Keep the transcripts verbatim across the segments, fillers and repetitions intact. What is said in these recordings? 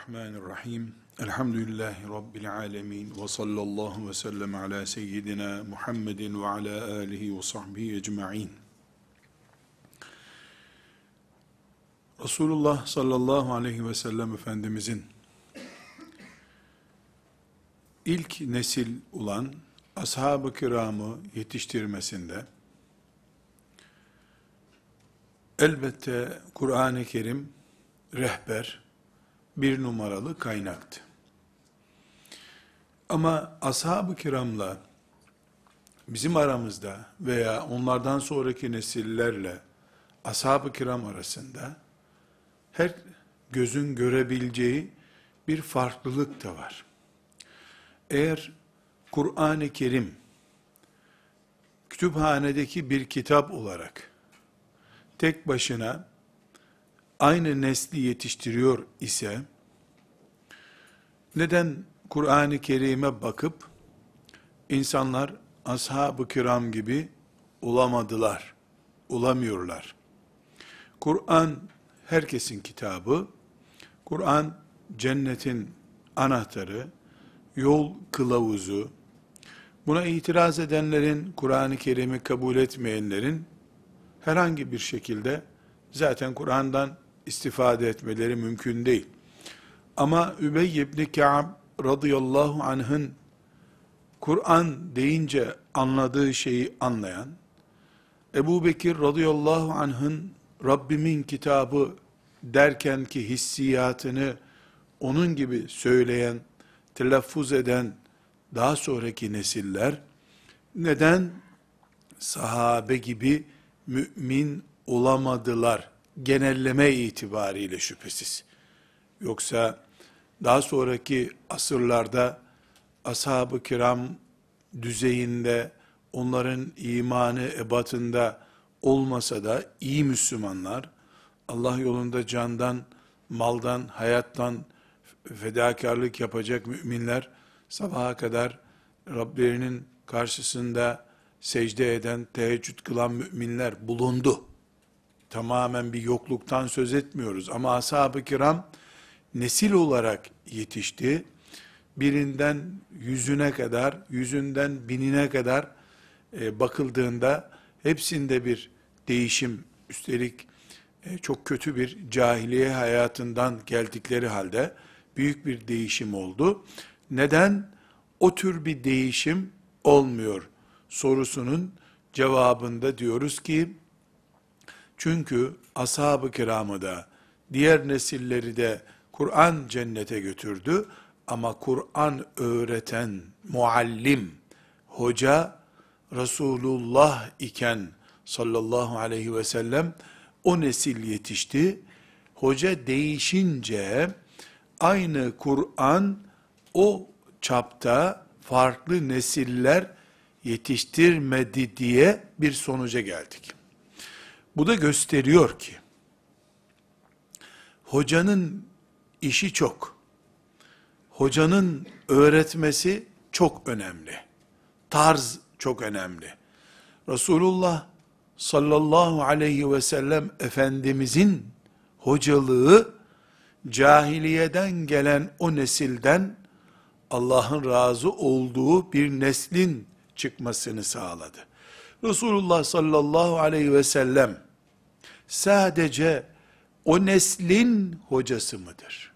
Bismillahirrahmanirrahim. Elhamdülillahi Rabbil alemin. Ve sallallahu ve sellem ala seyyidina Muhammedin ve ala alihi ve sahbihi ecma'in. Resulullah sallallahu aleyhi ve sellem Efendimizin ilk nesil olan ashab-ı kiramı yetiştirmesinde elbette Kur'an-ı Kerim rehber, bir numaralı kaynaktı. Ama ashab-ı kiramla bizim aramızda veya onlardan sonraki nesillerle ashab-ı kiram arasında her gözün görebileceği bir farklılık da var. Eğer Kur'an-ı Kerim kütüphanedeki bir kitap olarak tek başına aynı nesli yetiştiriyor ise, neden Kur'an-ı Kerim'e bakıp, insanlar ashab-ı kiram gibi olamadılar, olamıyorlar? Kur'an herkesin kitabı, Kur'an cennetin anahtarı, yol kılavuzu. Buna itiraz edenlerin, Kur'an-ı Kerim'i kabul etmeyenlerin, herhangi bir şekilde zaten Kur'an'dan istifade etmeleri mümkün değil. Ama Übey ibn Ka'b radıyallahu anh'ın Kur'an deyince anladığı şeyi anlayan, Ebu Bekir radıyallahu anh'ın Rabbimin kitabı derken ki hissiyatını onun gibi söyleyen, telaffuz eden daha sonraki nesiller, neden sahabe gibi mümin olamadılar? Genelleme itibariyle şüphesiz. Yoksa daha sonraki asırlarda ashab-ı kiram düzeyinde, onların imanı ebatında olmasa da iyi Müslümanlar, Allah yolunda candan, maldan, hayattan fedakarlık yapacak müminler, sabaha kadar Rablerinin karşısında secde eden, teheccüd kılan müminler bulundu. Tamamen bir yokluktan söz etmiyoruz. Ama ashab-ı kiram nesil olarak yetişti. Birinden yüzüne kadar, yüzünden binine kadar e, bakıldığında hepsinde bir değişim, üstelik e, çok kötü bir cahiliye hayatından geldikleri halde büyük bir değişim oldu. Neden o tür bir değişim olmuyor sorusunun cevabında diyoruz ki, çünkü ashab-ı kiramı da, diğer nesilleri de Kur'an cennete götürdü. Ama Kur'an öğreten muallim, hoca Resulullah iken sallallahu aleyhi ve sellem o nesil yetişti. Hoca değişince aynı Kur'an o çapta farklı nesiller yetiştirmedi diye bir sonuca geldik. Bu da gösteriyor ki, hocanın işi çok. Hocanın öğretmesi çok önemli. Tarz çok önemli. Resulullah sallallahu aleyhi ve sellem Efendimizin hocalığı, cahiliyeden gelen o nesilden Allah'ın razı olduğu bir neslin çıkmasını sağladı. Resulullah sallallahu aleyhi ve sellem sadece o neslin hocası mıdır?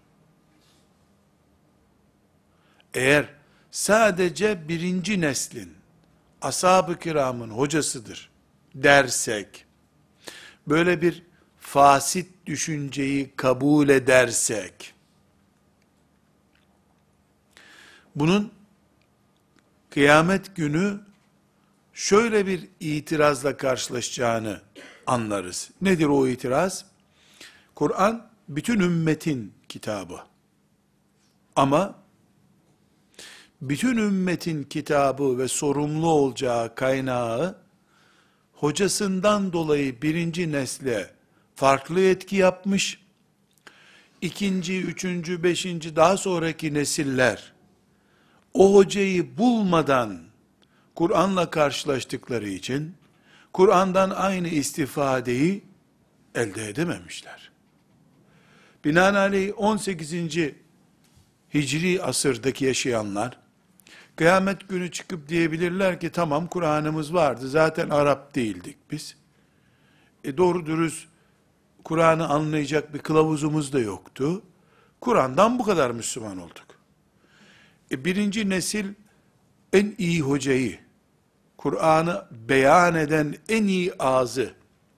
Eğer sadece birinci neslin, ashab-ı kiramın hocasıdır dersek, böyle bir fasit düşünceyi kabul edersek, bunun kıyamet günü şöyle bir itirazla karşılaşacağını anlarız. Nedir o itiraz? Kur'an bütün ümmetin kitabı. Ama bütün ümmetin kitabı ve sorumlu olacağı kaynağı, hocasından dolayı birinci nesle farklı etki yapmış, ikinci, üçüncü, beşinci daha sonraki nesiller, o hocayı bulmadan Kur'an'la karşılaştıkları için, Kur'an'dan aynı istifadeyi elde edememişler. Binaenaleyh on sekizinci Hicri asırdaki yaşayanlar, kıyamet günü çıkıp diyebilirler ki, tamam Kur'an'ımız vardı, zaten Arap değildik biz. E doğru dürüst Kur'an'ı anlayacak bir kılavuzumuz da yoktu. Kur'an'dan bu kadar Müslüman olduk. E birinci nesil en iyi hocayı, Kur'an'ı beyan eden en iyi ağzı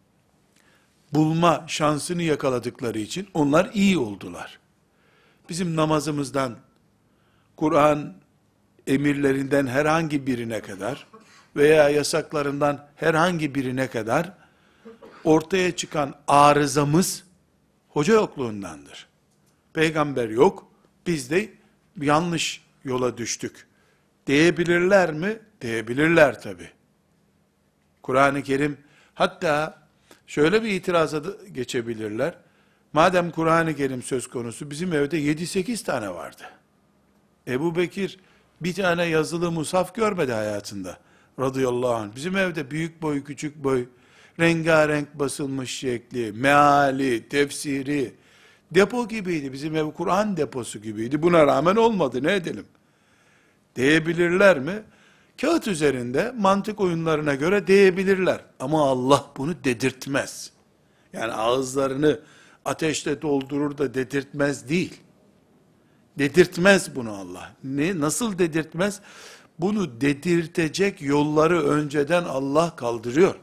bulma şansını yakaladıkları için onlar iyi oldular. Bizim namazımızdan, Kur'an emirlerinden herhangi birine kadar veya yasaklarından herhangi birine kadar ortaya çıkan arızamız hoca yokluğundandır. Peygamber yok, biz de yanlış yola düştük diyebilirler mi? Diyebilirler tabi. Kur'an-ı Kerim, hatta şöyle bir itiraza da geçebilirler. Madem Kur'an-ı Kerim söz konusu, bizim evde yedi sekiz tane vardı. Ebu Bekir bir tane yazılı mushaf görmedi hayatında, radıyallahu anh. Bizim evde büyük boy, küçük boy, rengarenk basılmış şekli, meali, tefsiri, depo gibiydi. Bizim ev Kur'an deposu gibiydi. Buna rağmen olmadı, ne edelim? Diyebilirler mi? Kağıt üzerinde mantık oyunlarına göre diyebilirler. Ama Allah bunu dedirtmez. Yani ağızlarını ateşle doldurur da dedirtmez değil. Dedirtmez bunu Allah. Ne, nasıl dedirtmez? Bunu dedirtecek yolları önceden Allah kaldırıyor.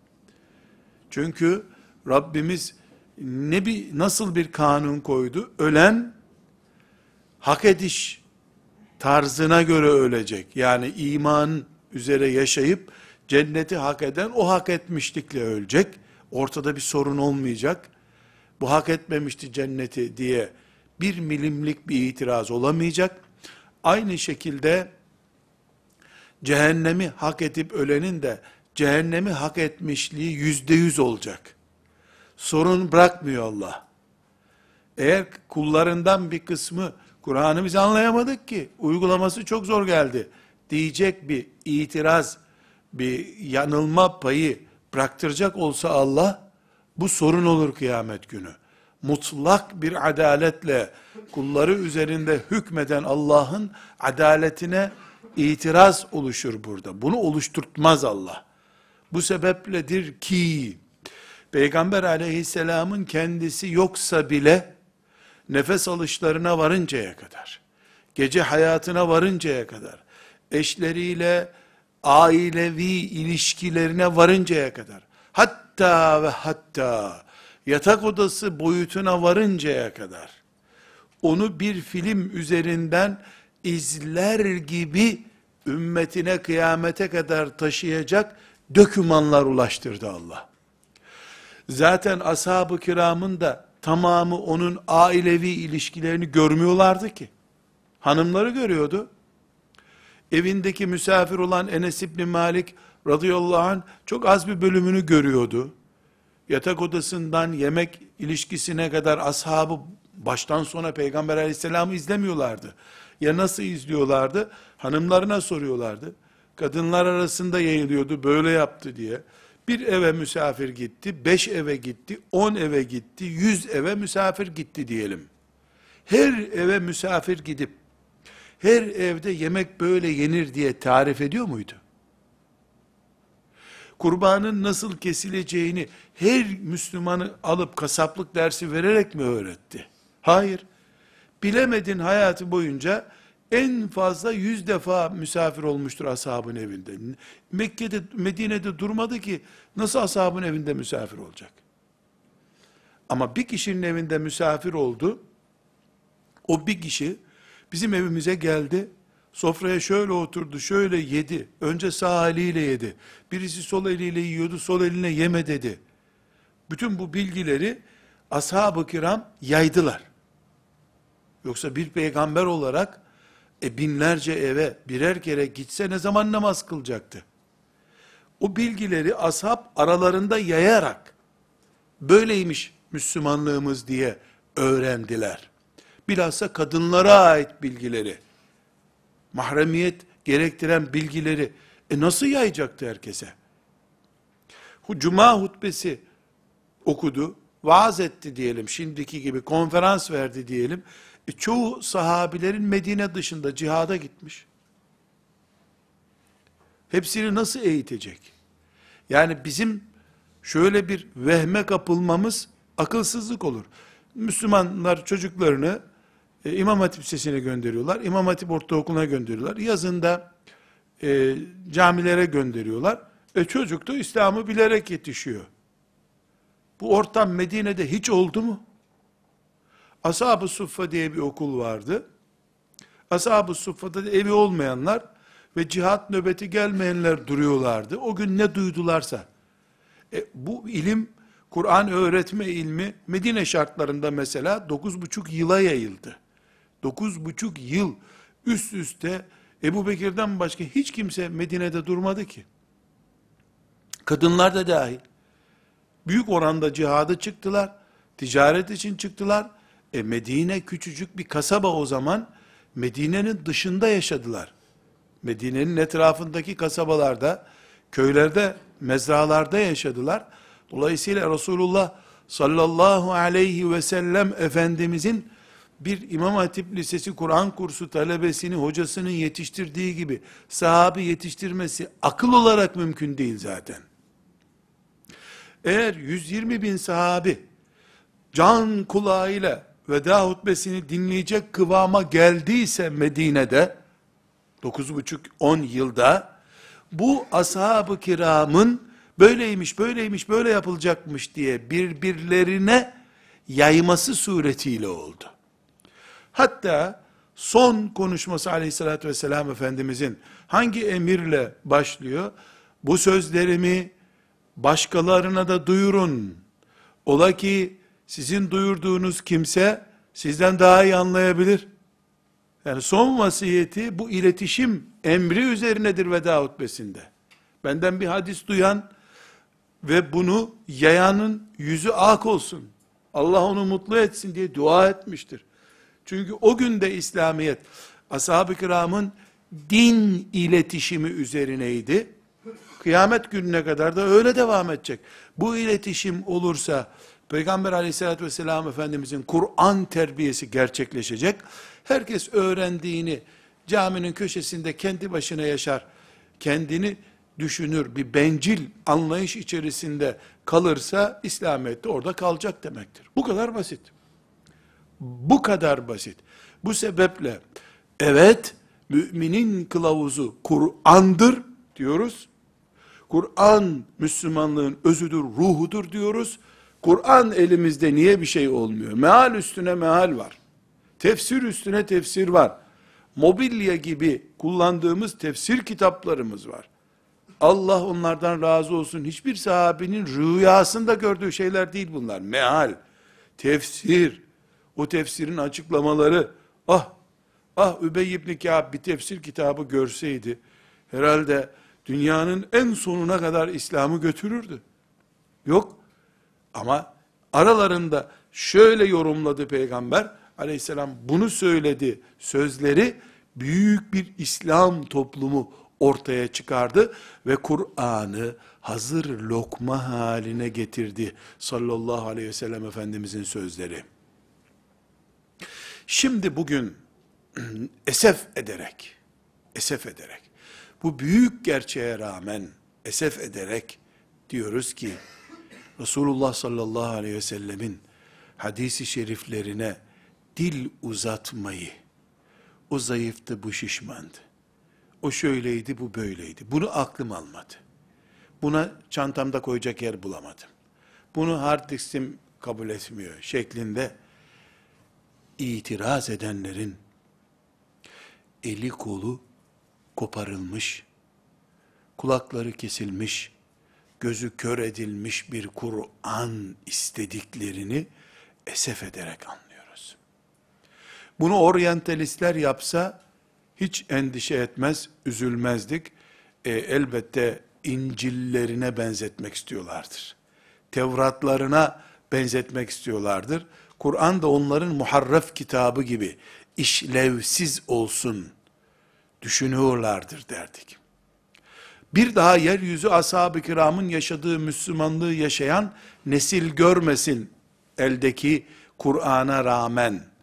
Çünkü Rabbimiz ne bir nasıl bir kanun koydu? Ölen hak ediş tarzına göre ölecek. Yani iman üzere yaşayıp cenneti hak eden o hak etmişlikle ölecek. Ortada bir sorun olmayacak. Bu hak etmemişti cenneti diye bir milimlik bir itiraz olamayacak. Aynı şekilde cehennemi hak edip ölenin de cehennemi hak etmişliği yüzde yüz olacak. Sorun bırakmıyor Allah. Eğer kullarından bir kısmı Kur'an'ı biz anlayamadık ki, uygulaması çok zor geldi diyecek bir itiraz, bir yanılma payı bıraktıracak olsa Allah, bu sorun olur kıyamet günü. Mutlak bir adaletle kulları üzerinde hükmeden Allah'ın adaletine itiraz oluşur burada. Bunu oluşturtmaz Allah. Bu sebepledir ki Peygamber aleyhisselamın kendisi yoksa bile nefes alışlarına varıncaya kadar, gece hayatına varıncaya kadar, eşleriyle ailevi ilişkilerine varıncaya kadar, hatta ve hatta yatak odası boyutuna varıncaya kadar, onu bir film üzerinden izler gibi ümmetine kıyamete kadar taşıyacak dokümanlar ulaştırdı Allah. Zaten ashab-ı kiramın da tamamı onun ailevi ilişkilerini görmüyorlardı ki. Hanımları görüyordu. Evindeki misafir olan Enes İbni Malik radıyallahu anh çok az bir bölümünü görüyordu. Yatak odasından yemek ilişkisine kadar ashabı baştan sona Peygamber aleyhisselamı izlemiyorlardı. Ya nasıl izliyorlardı? Hanımlarına soruyorlardı. Kadınlar arasında yayılıyordu, böyle yaptı diye. Bir eve misafir gitti, beş eve gitti, on eve gitti, yüz eve misafir gitti diyelim. Her eve misafir gidip, her evde yemek böyle yenir diye tarif ediyor muydu? Kurbanın nasıl kesileceğini her Müslümanı alıp kasaplık dersi vererek mi öğretti? Hayır. Bilemedin hayatı boyunca en fazla yüz defa misafir olmuştur ashabın evinde. Mekke'de, Medine'de durmadı ki nasıl ashabın evinde misafir olacak? Ama bir kişinin evinde misafir oldu. O bir kişi bizim evimize geldi. Sofraya şöyle oturdu, şöyle yedi. Önce sağ eliyle yedi. Birisi sol eliyle yiyordu, sol eline yeme dedi. Bütün bu bilgileri ashab-ı kiram yaydılar. Yoksa bir peygamber olarak e binlerce eve birer kere gitse ne zaman namaz kılacaktı? O bilgileri ashab aralarında yayarak böyleymiş Müslümanlığımız diye öğrendiler. Bilhassa kadınlara ait bilgileri, mahremiyet gerektiren bilgileri e nasıl yayacaktı herkese? Cuma hutbesi okudu, vaaz etti diyelim, şimdiki gibi konferans verdi diyelim. E, çoğu sahabilerin Medine dışında cihada gitmiş. Hepsini nasıl eğitecek? Yani bizim şöyle bir vehme kapılmamız akılsızlık olur. Müslümanlar çocuklarını e, İmam Hatip Lisesi'ne gönderiyorlar. İmam Hatip Ortaokulu'na gönderiyorlar. Yazında e, camilere gönderiyorlar. E çocuk da İslam'ı bilerek yetişiyor. Bu ortam Medine'de hiç oldu mu? Ashab-ı Suffa diye bir okul vardı. Ashab-ı Suffa'da da evi olmayanlar ve cihat nöbeti gelmeyenler duruyorlardı. O gün ne duydularsa. E, bu ilim, Kur'an öğretme ilmi Medine şartlarında mesela dokuz buçuk yıla yayıldı. Dokuz buçuk yıl üst üste Ebu Bekir'den başka hiç kimse Medine'de durmadı ki. Kadınlar da dahil. Büyük oranda cihada çıktılar. Ticaret için çıktılar. E Medine küçücük bir kasaba o zaman. Medine'nin dışında yaşadılar. Medine'nin etrafındaki kasabalarda, köylerde, mezralarda yaşadılar. Dolayısıyla Resulullah sallallahu aleyhi ve sellem Efendimizin bir İmam Hatip Lisesi Kur'an kursu talebesini hocasının yetiştirdiği gibi sahabi yetiştirmesi akıl olarak mümkün değil zaten. Eğer yüz yirmi bin sahabi can kulağıyla veda hutbesini dinleyecek kıvama geldiyse Medine'de dokuz buçuk on yılda bu ashab-ı kiramın böyleymiş, böyleymiş, böyle yapılacakmış diye birbirlerine yayması suretiyle oldu. Hatta son konuşması aleyhissalatü vesselam Efendimizin hangi emirle başlıyor? Bu sözlerimi başkalarına da duyurun. Ola ki sizin duyurduğunuz kimse sizden daha iyi anlayabilir. Yani son vasiyeti bu iletişim emri üzerinedir veda hutbesinde. Benden bir hadis duyan ve bunu yayanın yüzü ak olsun. Allah onu mutlu etsin diye dua etmiştir. Çünkü o günde İslamiyet, ashab-ı kiramın din iletişimi üzerineydi. Kıyamet gününe kadar da öyle devam edecek. Bu iletişim olursa, Peygamber aleyhissalatü vesselam Efendimizin Kur'an terbiyesi gerçekleşecek. Herkes öğrendiğini caminin köşesinde kendi başına yaşar, kendini düşünür, bir bencil anlayış içerisinde kalırsa, İslamiyet'te orada kalacak demektir. Bu kadar basit. Bu kadar basit. Bu sebeple, evet, müminin kılavuzu Kur'an'dır diyoruz. Kur'an, Müslümanlığın özüdür, ruhudur diyoruz. Kur'an elimizde niye bir şey olmuyor? Meal üstüne meal var. Tefsir üstüne tefsir var. Mobilya gibi kullandığımız tefsir kitaplarımız var. Allah onlardan razı olsun. Hiçbir sahabinin rüyasında gördüğü şeyler değil bunlar. Meal, tefsir, o tefsirin açıklamaları. Ah, ah Übey ibn Kâb bir tefsir kitabı görseydi, herhalde dünyanın en sonuna kadar İslam'ı götürürdü. Yok. Ama aralarında şöyle yorumladı Peygamber aleyhisselam, bunu söyledi sözleri büyük bir İslam toplumu ortaya çıkardı ve Kur'an'ı hazır lokma haline getirdi sallallahu aleyhi ve sellem Efendimizin sözleri. Şimdi bugün esef ederek, esef ederek, bu büyük gerçeğe rağmen esef ederek diyoruz ki, Resulullah sallallahu aleyhi ve sellemin hadisi şeriflerine dil uzatmayı, o zayıftı, bu şişmandı, o şöyleydi, bu böyleydi, bunu aklım almadı, buna çantamda koyacak yer bulamadım, bunu hard diskim kabul etmiyor şeklinde itiraz edenlerin eli kolu koparılmış, kulakları kesilmiş, gözü kör edilmiş bir Kur'an istediklerini esef ederek anlıyoruz. Bunu oryantalistler yapsa hiç endişe etmez, üzülmezdik. E, elbette İncil'lerine benzetmek istiyorlardır. Tevratlarına benzetmek istiyorlardır. Kur'an da onların muharref kitabı gibi işlevsiz olsun düşünüyorlardır derdik. Bir daha yeryüzü ashab-ı kiramın yaşadığı Müslümanlığı yaşayan nesil görmesin eldeki Kur'an'a rağmen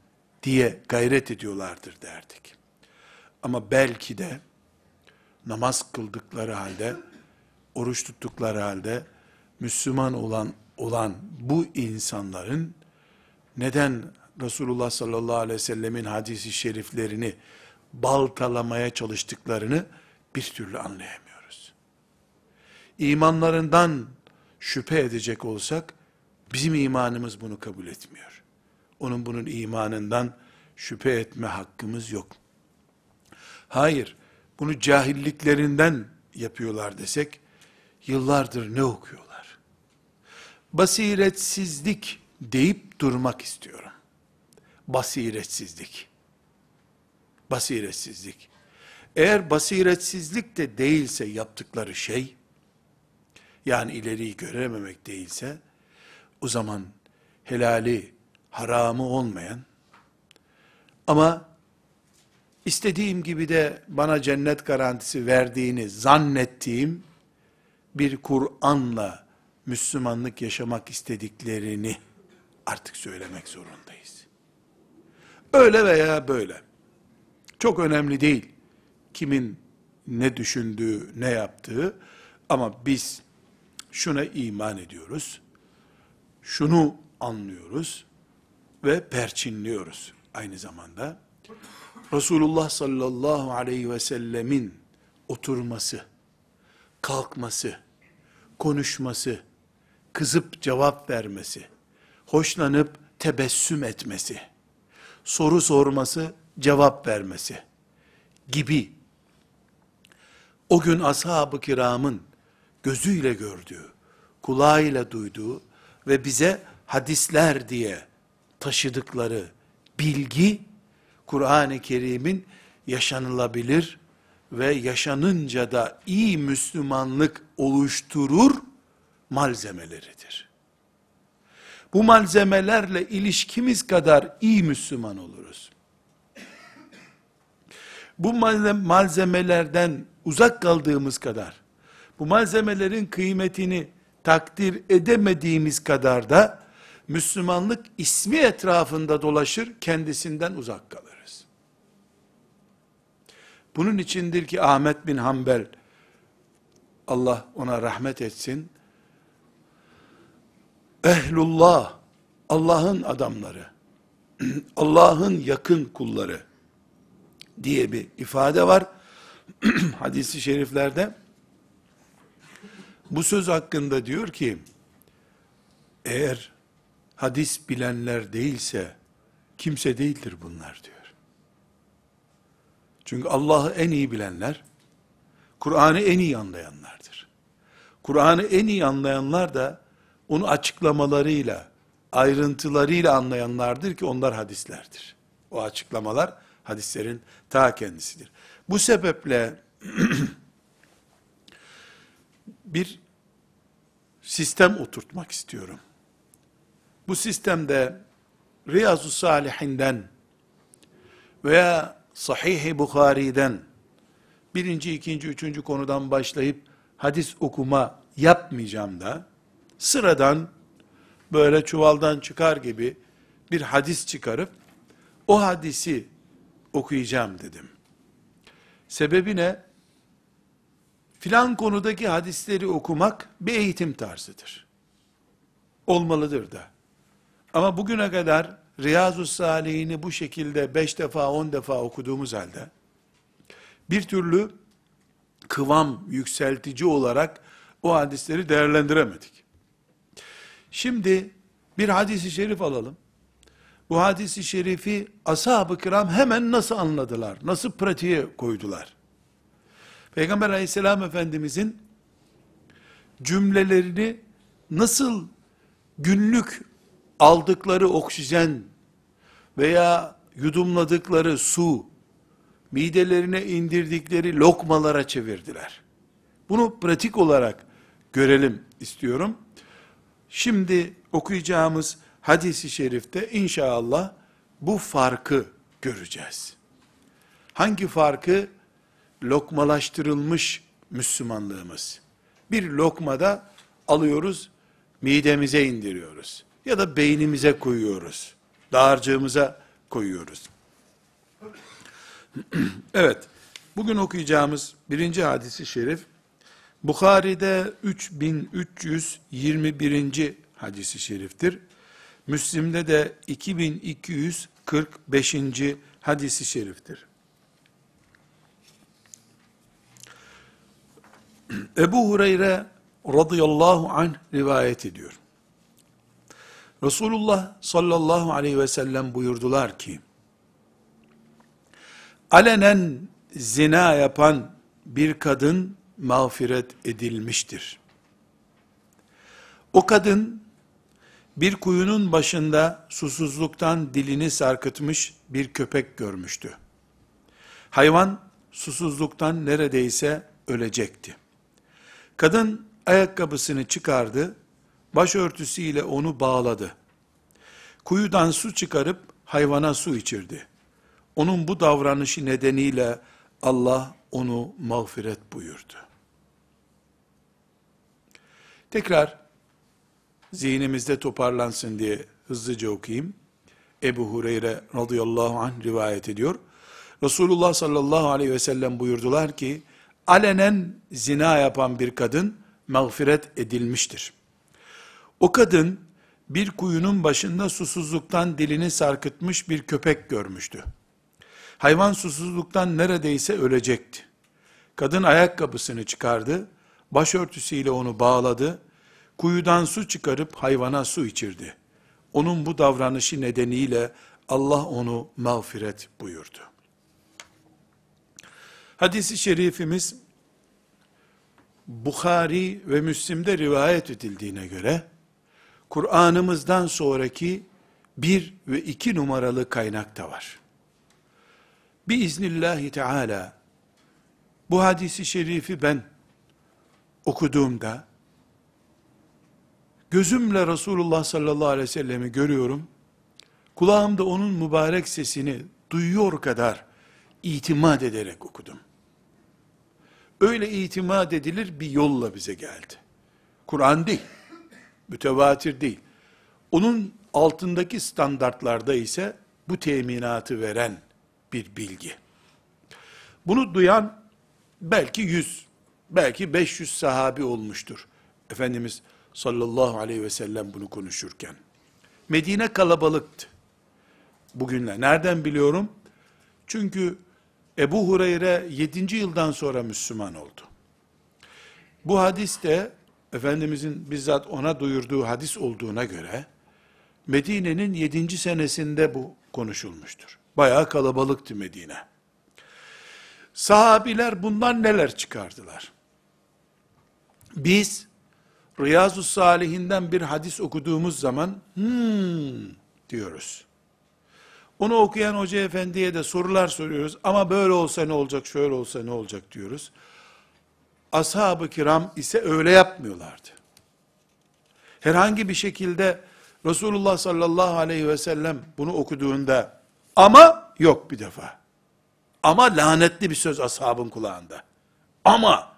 diye gayret ediyorlardır derdik. Ama belki de namaz kıldıkları halde, oruç tuttukları halde Müslüman olan olan bu insanların neden Resulullah sallallahu aleyhi ve sellemin hadisi şeriflerini baltalamaya çalıştıklarını bir türlü anlayamıyoruz. İmanlarından şüphe edecek olsak, bizim imanımız bunu kabul etmiyor. Onun bunun imanından şüphe etme hakkımız yok. Hayır, bunu cahilliklerinden yapıyorlar desek, yıllardır ne okuyorlar? Basiretsizlik deyip durmak istiyorum. Basiretsizlik. Basiretsizlik. Eğer basiretsizlik de değilse yaptıkları şey, yani ileriyi görememek değilse, o zaman helali, haramı olmayan, ama istediğim gibi de bana cennet garantisi verdiğini zannettiğim bir Kur'an'la Müslümanlık yaşamak istediklerini artık söylemek zorundayız. Öyle veya böyle. Çok önemli değil kimin ne düşündüğü, ne yaptığı, ama biz şuna iman ediyoruz, şunu anlıyoruz ve perçinliyoruz aynı zamanda. Resulullah sallallahu aleyhi ve sellemin oturması, kalkması, konuşması, kızıp cevap vermesi, hoşlanıp tebessüm etmesi, soru sorması, cevap vermesi gibi, o gün ashab-ı kiramın gözüyle gördüğü, kulağıyla duyduğu ve bize hadisler diye taşıdıkları bilgi, Kur'an-ı Kerim'in yaşanılabilir ve yaşanınca da iyi Müslümanlık oluşturur malzemeleridir. Bu malzemelerle ilişkimiz kadar iyi Müslüman oluruz. Bu malzemelerden uzak kaldığımız kadar, bu malzemelerin kıymetini takdir edemediğimiz kadar da Müslümanlık ismi etrafında dolaşır, kendisinden uzak kalırız. Bunun içindir ki Ahmet bin Hanbel, Allah ona rahmet etsin, ehlullah, Allah'ın adamları, Allah'ın yakın kulları diye bir ifade var. Hadis-i şeriflerde bu söz hakkında diyor ki, eğer hadis bilenler değilse kimse değildir bunlar diyor. Çünkü Allah'ı en iyi bilenler, Kur'an'ı en iyi anlayanlardır. Kur'an'ı en iyi anlayanlar da onu açıklamalarıyla, ayrıntılarıyla anlayanlardır ki onlar hadislerdir. O açıklamalar hadislerin ta kendisidir. Bu sebeple bir sistem oturtmak istiyorum. Bu sistemde Riyazu Salihinden veya Sahih-i Bukhari'den birinci, ikinci, üçüncü konudan başlayıp hadis okuma yapmayacağım da sıradan böyle çuvaldan çıkar gibi bir hadis çıkarıp o hadisi okuyacağım dedim. Sebebi ne? Filan konudaki hadisleri okumak bir eğitim tarzıdır. Olmalıdır da. Ama bugüne kadar Riyazu Salihini bu şekilde beş defa, on defa okuduğumuz halde bir türlü kıvam yükseltici olarak o hadisleri değerlendiremedik. Şimdi bir hadisi şerif alalım. Bu hadisi şerifi ashab-ı kiram hemen nasıl anladılar? Nasıl pratiğe koydular? Peygamber aleyhisselam efendimizin cümlelerini nasıl günlük aldıkları oksijen veya yudumladıkları su, midelerine indirdikleri lokmalara çevirdiler. Bunu pratik olarak görelim istiyorum. Şimdi okuyacağımız hadis-i şerifte inşallah bu farkı göreceğiz. Hangi farkı? Lokmalaştırılmış Müslümanlığımız. Bir lokmada alıyoruz, midemize indiriyoruz. Ya da beynimize koyuyoruz. Dağarcığımıza koyuyoruz. Evet, bugün okuyacağımız birinci hadisi şerif, Bukhari'de üç bin üç yüz yirmi birinci hadisi şeriftir. Müslim'de de iki bin iki yüz kırk beşinci hadisi şeriftir. Ebu Hureyre radıyallahu anh rivayet ediyor. Resulullah sallallahu aleyhi ve sellem buyurdular ki, alenen zina yapan bir kadın mağfiret edilmiştir. O kadın, bir kuyunun başında susuzluktan dilini sarkıtmış bir köpek görmüştü. Hayvan susuzluktan neredeyse ölecekti. Kadın ayakkabısını çıkardı, başörtüsüyle onu bağladı. Kuyudan su çıkarıp hayvana su içirdi. Onun bu davranışı nedeniyle Allah onu mağfiret buyurdu. Tekrar zihnimizde toparlansın diye hızlıca okuyayım. Ebu Hureyre radıyallahu anh rivayet ediyor. Resulullah sallallahu aleyhi ve sellem buyurdular ki, alenen zina yapan bir kadın mağfiret edilmiştir. O kadın bir kuyunun başında susuzluktan dilini sarkıtmış bir köpek görmüştü. Hayvan susuzluktan neredeyse ölecekti. Kadın ayakkabısını çıkardı, başörtüsüyle onu bağladı, kuyudan su çıkarıp hayvana su içirdi. Onun bu davranışı nedeniyle Allah onu mağfiret buyurdu. Hadis-i şerifimiz Bukhari ve Müslim'de rivayet edildiğine göre Kur'an'ımızdan sonraki bir ve iki numaralı kaynakta var. Biiznillahü Teala bu hadisi şerifi ben okuduğumda gözümle Resulullah sallallahu aleyhi ve sellemi görüyorum. Kulağımda onun mübarek sesini duyuyor kadar itimat ederek okudum. Öyle itimat edilir bir yolla bize geldi. Kur'an değil, mütevatir değil. Onun altındaki standartlarda ise bu teminatı veren bir bilgi. Bunu duyan belki yüz, belki beş yüz sahabi olmuştur. Efendimiz sallallahu aleyhi ve sellem bunu konuşurken. Medine kalabalıktı. Bugünler. Nereden biliyorum? Çünkü Ebu Hureyre yedinci yıldan sonra Müslüman oldu. Bu hadis de Efendimizin bizzat ona duyurduğu hadis olduğuna göre Medine'nin yedinci senesinde bu konuşulmuştur. Bayağı kalabalıktı Medine. Sahabiler bundan neler çıkardılar? Biz Riyazu Salihinden bir hadis okuduğumuz zaman hmm diyoruz. Onu okuyan hoca efendiye de sorular soruyoruz. Ama böyle olsa ne olacak, şöyle olsa ne olacak diyoruz. Ashab-ı kiram ise öyle yapmıyorlardı. Herhangi bir şekilde Resulullah sallallahu aleyhi ve sellem bunu okuduğunda ama yok bir defa. Ama lanetli bir söz ashabın kulağında. Ama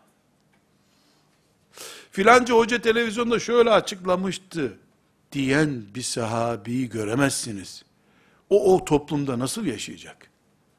filanca hoca televizyonda şöyle açıklamıştı diyen bir sahabeyi göremezsiniz. O, o toplumda nasıl yaşayacak?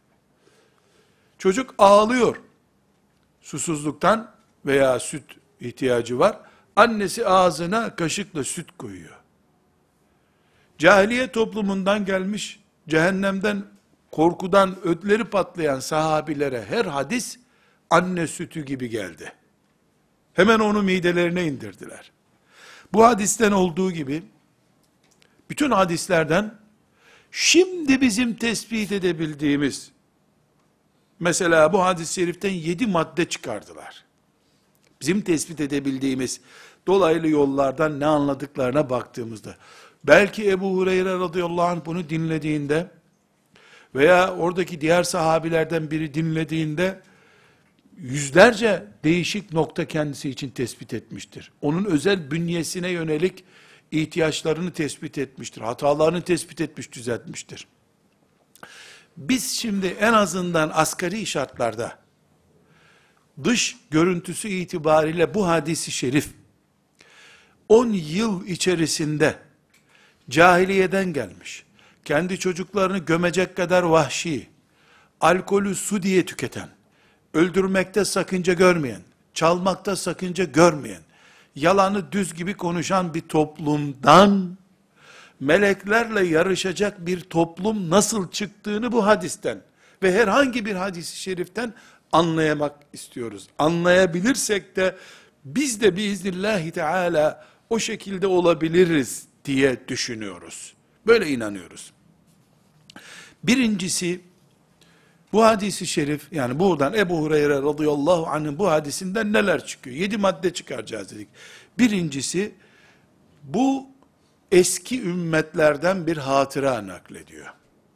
Çocuk ağlıyor. Susuzluktan veya süt ihtiyacı var. Annesi ağzına kaşıkla süt koyuyor. Cahiliye toplumundan gelmiş, cehennemden, korkudan ödleri patlayan sahabilere her hadis anne sütü gibi geldi. Hemen onu midelerine indirdiler. Bu hadisten olduğu gibi bütün hadislerden şimdi bizim tespit edebildiğimiz, mesela bu hadis-i şeriften yedi madde çıkardılar. Bizim tespit edebildiğimiz dolaylı yollardan ne anladıklarına baktığımızda, belki Ebu Hureyre radıyallahu anh bunu dinlediğinde veya oradaki diğer sahabilerden biri dinlediğinde yüzlerce değişik nokta kendisi için tespit etmiştir. Onun özel bünyesine yönelik ihtiyaçlarını tespit etmiştir. Hatalarını tespit etmiş, düzeltmiştir. Biz şimdi en azından asgari şartlarda dış görüntüsü itibariyle bu hadisi şerif on yıl içerisinde cahiliyeden gelmiş, kendi çocuklarını gömecek kadar vahşi, alkolü su diye tüketen, öldürmekte sakınca görmeyen, çalmakta sakınca görmeyen, yalanı düz gibi konuşan bir toplumdan, meleklerle yarışacak bir toplum nasıl çıktığını bu hadisten ve herhangi bir hadis-i şeriften anlayamak istiyoruz. Anlayabilirsek de biz de biiznillahü teala o şekilde olabiliriz diye düşünüyoruz. Böyle inanıyoruz. Birincisi, bu hadisi şerif, yani buradan Ebu Hureyre radıyallahu anh'ın bu hadisinden neler çıkıyor? Yedi madde çıkaracağız dedik. Birincisi, bu eski ümmetlerden bir hatıra naklediyor.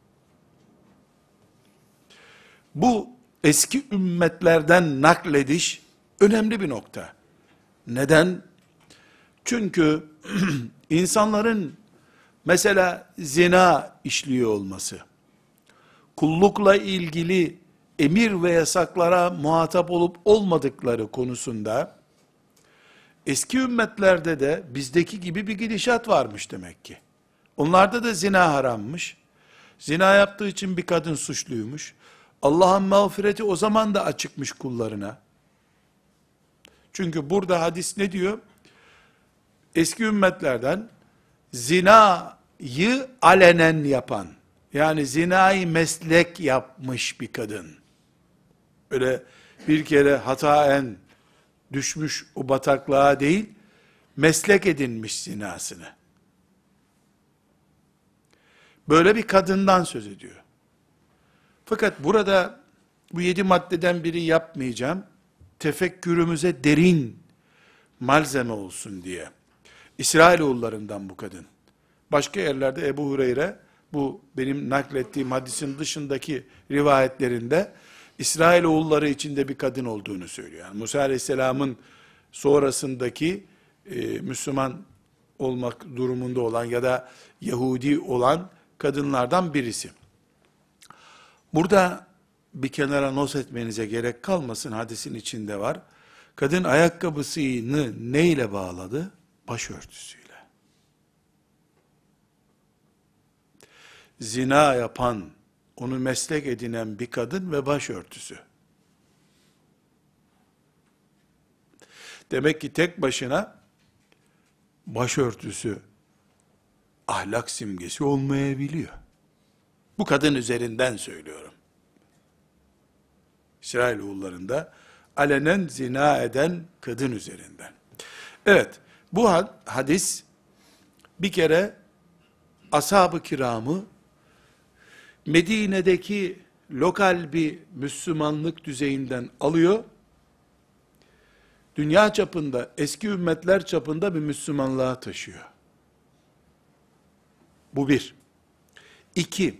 Bu eski ümmetlerden naklediş önemli bir nokta. Neden? Çünkü insanların mesela zina işliyor olması, kullukla ilgili emir ve yasaklara muhatap olup olmadıkları konusunda, eski ümmetlerde de bizdeki gibi bir gidişat varmış demek ki. Onlarda da zina harammış. Zina yaptığı için bir kadın suçluymuş. Allah'ın mağfireti o zaman da açıkmış kullarına. Çünkü burada hadis ne diyor? Eski ümmetlerden zinayı alenen yapan, yani zinayı meslek yapmış bir kadın, öyle bir kere hataen düşmüş o bataklığa değil, meslek edinmiş zinasını. Böyle bir kadından söz ediyor. Fakat burada bu yedi maddeden biri yapmayacağım. Tefekkürümüze derin malzeme olsun diye. İsrailoğullarından bu kadın. Başka yerlerde Ebu Hureyre, bu benim naklettiğim hadisin dışındaki rivayetlerinde, İsrailoğulları içinde bir kadın olduğunu söylüyor. Yani Musa Aleyhisselam'ın sonrasındaki e, Müslüman olmak durumunda olan ya da Yahudi olan kadınlardan birisi. Burada bir kenara not etmenize gerek kalmasın, hadisin içinde var. Kadın ayakkabısını neyle bağladı? Başörtüsüyle. Zina yapan, onu meslek edinen bir kadın ve başörtüsü. Demek ki tek başına başörtüsü ahlak simgesi olmayabiliyor. Bu kadın üzerinden söylüyorum. İsrailoğullarında alenen zina eden kadın üzerinden. Evet, bu hadis bir kere ashab-ı kiramı Medine'deki lokal bir Müslümanlık düzeyinden alıyor, dünya çapında, eski ümmetler çapında bir Müslümanlığa taşıyor. Bu bir. İki,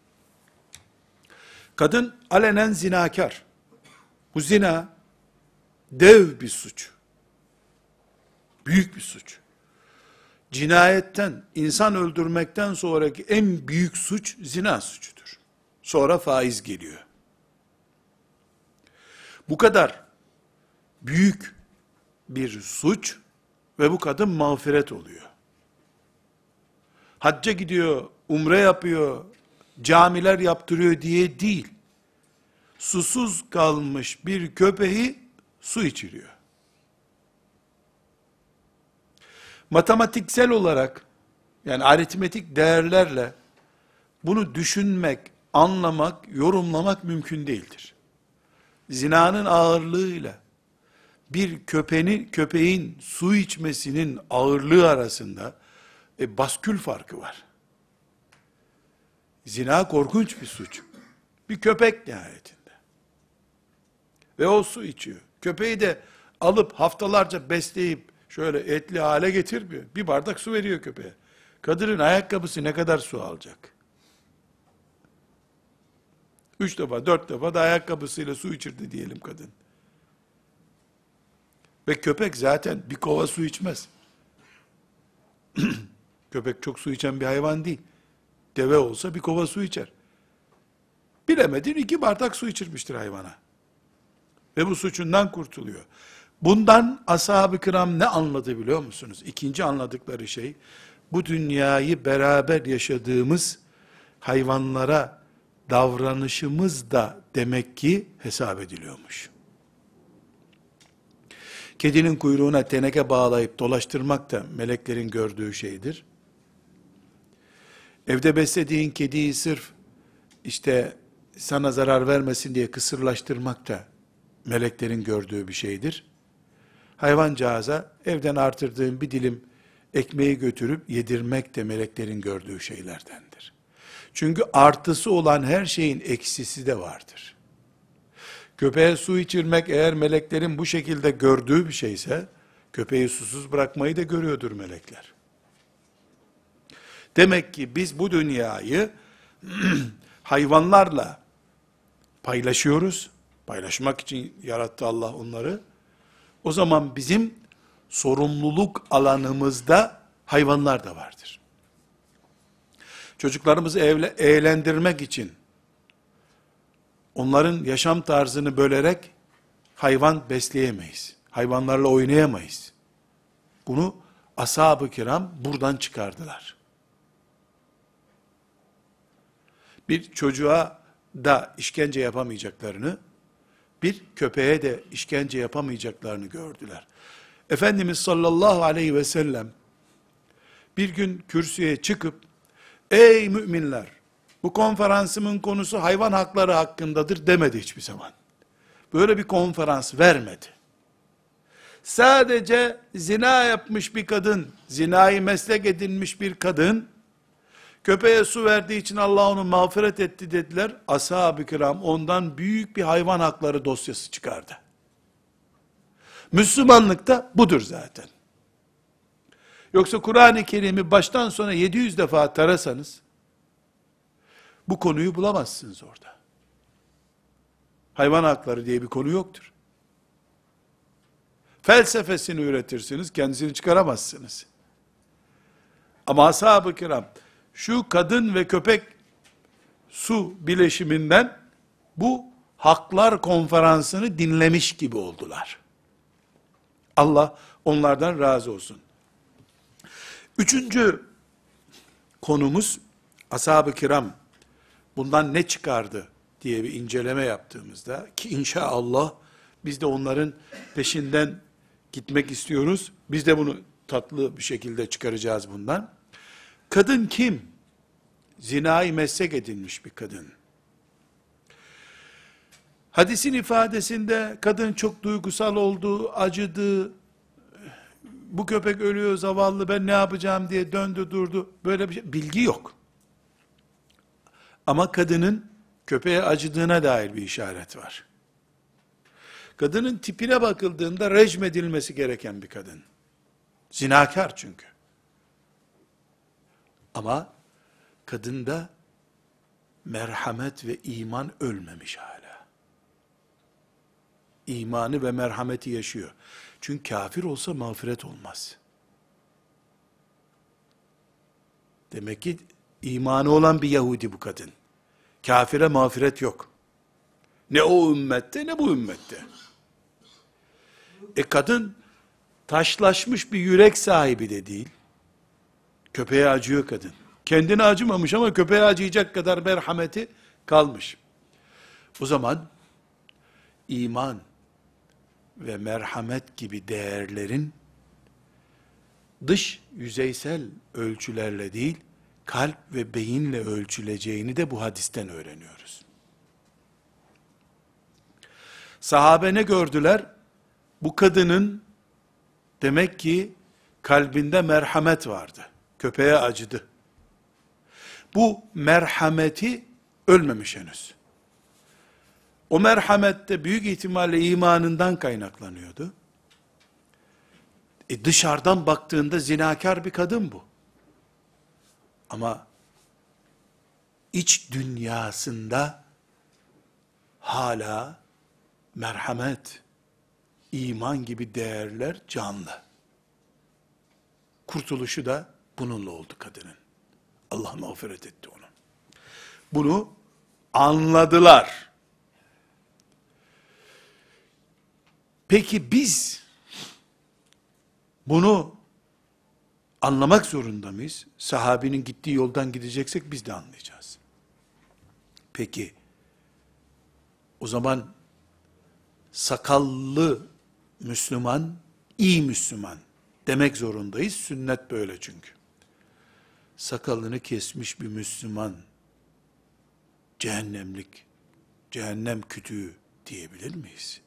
kadın alenen zinakar. Bu zina, dev bir suç. Büyük bir suç. Cinayetten, insan öldürmekten sonraki en büyük suç zina suçudur. Sonra faiz geliyor. Bu kadar büyük bir suç ve bu kadın mağfiret oluyor. Hacca gidiyor, umre yapıyor, camiler yaptırıyor diye değil. Susuz kalmış bir köpeği su içiriyor. Matematiksel olarak, yani aritmetik değerlerle bunu düşünmek, anlamak, yorumlamak mümkün değildir. Zinanın ağırlığıyla bir köpeğin, köpeğin su içmesinin ağırlığı arasında e, baskül farkı var. Zina korkunç bir suç. Bir köpek nihayetinde. Ve o su içiyor. Köpeği de alıp haftalarca besleyip şöyle etli hale getirmiyor. Bir bardak su veriyor köpeğe. Kadının ayakkabısı ne kadar su alacak? Üç defa, dört defa da ayakkabısıyla su içirdi diyelim kadın. Ve köpek zaten bir kova su içmez. Köpek çok su içen bir hayvan değil. Deve olsa bir kova su içer. Bilemedin iki bardak su içirmiştir hayvana. Ve bu suçundan kurtuluyor. Bundan ashab-ı kiram ne anladı biliyor musunuz? İkinci anladıkları şey, bu dünyayı beraber yaşadığımız hayvanlara davranışımız da demek ki hesap ediliyormuş. Kedinin kuyruğuna teneke bağlayıp dolaştırmak da meleklerin gördüğü şeydir. Evde beslediğin kediyi sırf işte sana zarar vermesin diye kısırlaştırmak da meleklerin gördüğü bir şeydir. Hayvancağıza evden artırdığın bir dilim ekmeği götürüp yedirmek de meleklerin gördüğü şeylerdendir. Çünkü artısı olan her şeyin eksisi de vardır. Köpeğe su içirmek eğer meleklerin bu şekilde gördüğü bir şeyse, köpeği susuz bırakmayı da görüyordur melekler. Demek ki biz bu dünyayı hayvanlarla paylaşıyoruz. Paylaşmak için yarattı Allah onları. O zaman bizim sorumluluk alanımızda hayvanlar da vardır. Çocuklarımızı evle, eğlendirmek için onların yaşam tarzını bölerek hayvan besleyemeyiz. Hayvanlarla oynayamayız. Bunu ashab-ı kiram buradan çıkardılar. Bir çocuğa da işkence yapamayacaklarını, bir köpeğe de işkence yapamayacaklarını gördüler. Efendimiz sallallahu aleyhi ve sellem bir gün kürsüye çıkıp, ey müminler, bu konferansımın konusu hayvan hakları hakkındadır demedi hiçbir zaman. Böyle bir konferans vermedi. Sadece zina yapmış bir kadın, zinayı meslek edinmiş bir kadın, köpeğe su verdiği için Allah onu mağfiret etti dediler. Ashab-ı kiram ondan büyük bir hayvan hakları dosyası çıkardı. Müslümanlık da budur zaten. Yoksa Kur'an-ı Kerim'i baştan sona yedi yüz defa tarasanız, bu konuyu bulamazsınız orada. Hayvan hakları diye bir konu yoktur. Felsefesini üretirsiniz, kendisini çıkaramazsınız. Ama ashab-ı kiram, şu kadın ve köpek su bileşiminden bu haklar konferansını dinlemiş gibi oldular. Allah onlardan razı olsun. Üçüncü konumuz, ashab-ı kiram bundan ne çıkardı diye bir inceleme yaptığımızda, ki inşallah biz de onların peşinden gitmek istiyoruz. Biz de bunu tatlı bir şekilde çıkaracağız bundan. Kadın kim? Zinayı meslek edinmiş bir kadın. Hadisin ifadesinde kadın çok duygusal oldu, acıdı, bu köpek ölüyor zavallı, ben ne yapacağım diye döndü durdu. Böyle bir şey, bilgi yok. Ama kadının köpeğe acıdığına dair bir işaret var. Kadının tipine bakıldığında rejim edilmesi gereken bir kadın. Zinakar çünkü. Ama kadında merhamet ve iman ölmemiş hala. İmanı ve merhameti yaşıyor. Çünkü kafir olsa mağfiret olmaz. Demek ki imanı olan bir Yahudi bu kadın. Kafire mağfiret yok. Ne o ümmette ne bu ümmette. E kadın taşlaşmış bir yürek sahibi de değil. Köpeğe acıyor kadın. Kendine acımamış ama köpeğe acıyacak kadar merhameti kalmış. O zaman iman ve merhamet gibi değerlerin dış yüzeysel ölçülerle değil, kalp ve beyinle ölçüleceğini de bu hadisten öğreniyoruz. Sahabe ne gördüler? Bu kadının demek ki kalbinde merhamet vardı. Köpeğe acıdı. Bu merhameti ölmemiş henüz. O merhamet de büyük ihtimalle imanından kaynaklanıyordu. E dışarıdan baktığında zinakar bir kadın bu. Ama iç dünyasında hala merhamet, iman gibi değerler canlı. Kurtuluşu da bununla oldu kadının. Allah mağfiret etti onu. Bunu anladılar. Peki biz bunu anlamak zorunda mıyız? Sahabinin gittiği yoldan gideceksek biz de anlayacağız. Peki, o zaman sakallı Müslüman, iyi Müslüman demek zorundayız. Sünnet böyle çünkü. Sakalını kesmiş bir Müslüman, cehennemlik, cehennem kütüğü diyebilir miyiz?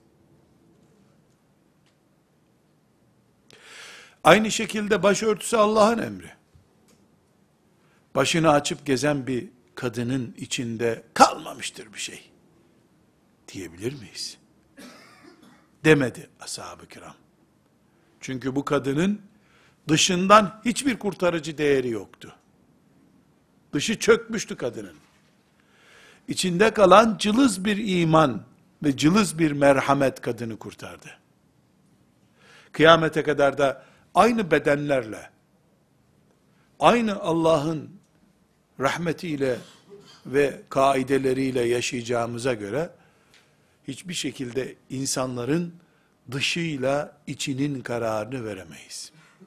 Aynı şekilde başörtüsü Allah'ın emri. Başını açıp gezen bir kadının içinde kalmamıştır bir şey diyebilir miyiz? Demedi ashab-ı kiram. Çünkü bu kadının dışından hiçbir kurtarıcı değeri yoktu. Dışı çökmüştü kadının. İçinde kalan cılız bir iman ve cılız bir merhamet kadını kurtardı. Kıyamete kadar da aynı bedenlerle, aynı Allah'ın rahmetiyle ve kaideleriyle yaşayacağımıza göre, hiçbir şekilde insanların dışıyla içinin kararını veremeyiz.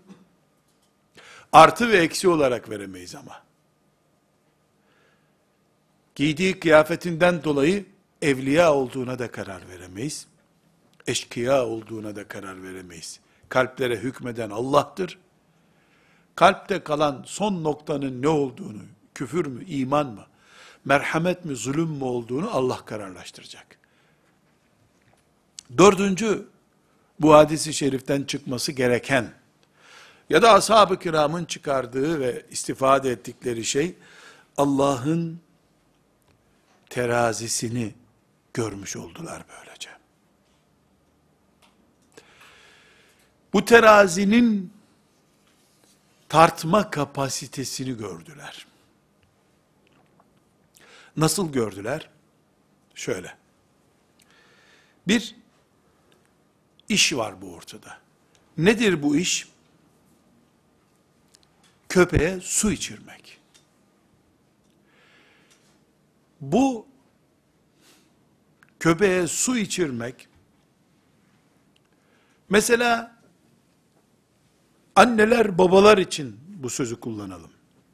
Artı ve eksi olarak veremeyiz ama. Giydiği kıyafetinden dolayı evliya olduğuna da karar veremeyiz. Eşkıya olduğuna da karar veremeyiz. Kalplere hükmeden Allah'tır. Kalpte kalan son noktanın ne olduğunu, küfür mü, iman mı, merhamet mi, zulüm mü olduğunu Allah kararlaştıracak. Dördüncü, bu hadisi şeriften çıkması gereken ya da ashab-ı kiramın çıkardığı ve istifade ettikleri şey, Allah'ın terazisini görmüş oldular böylece. Bu terazinin tartma kapasitesini gördüler. Nasıl gördüler? Şöyle. Bir iş var bu ortada. Nedir bu iş? Köpeğe su içirmek. Bu köpeğe su içirmek, mesela anneler babalar için bu sözü kullanalım.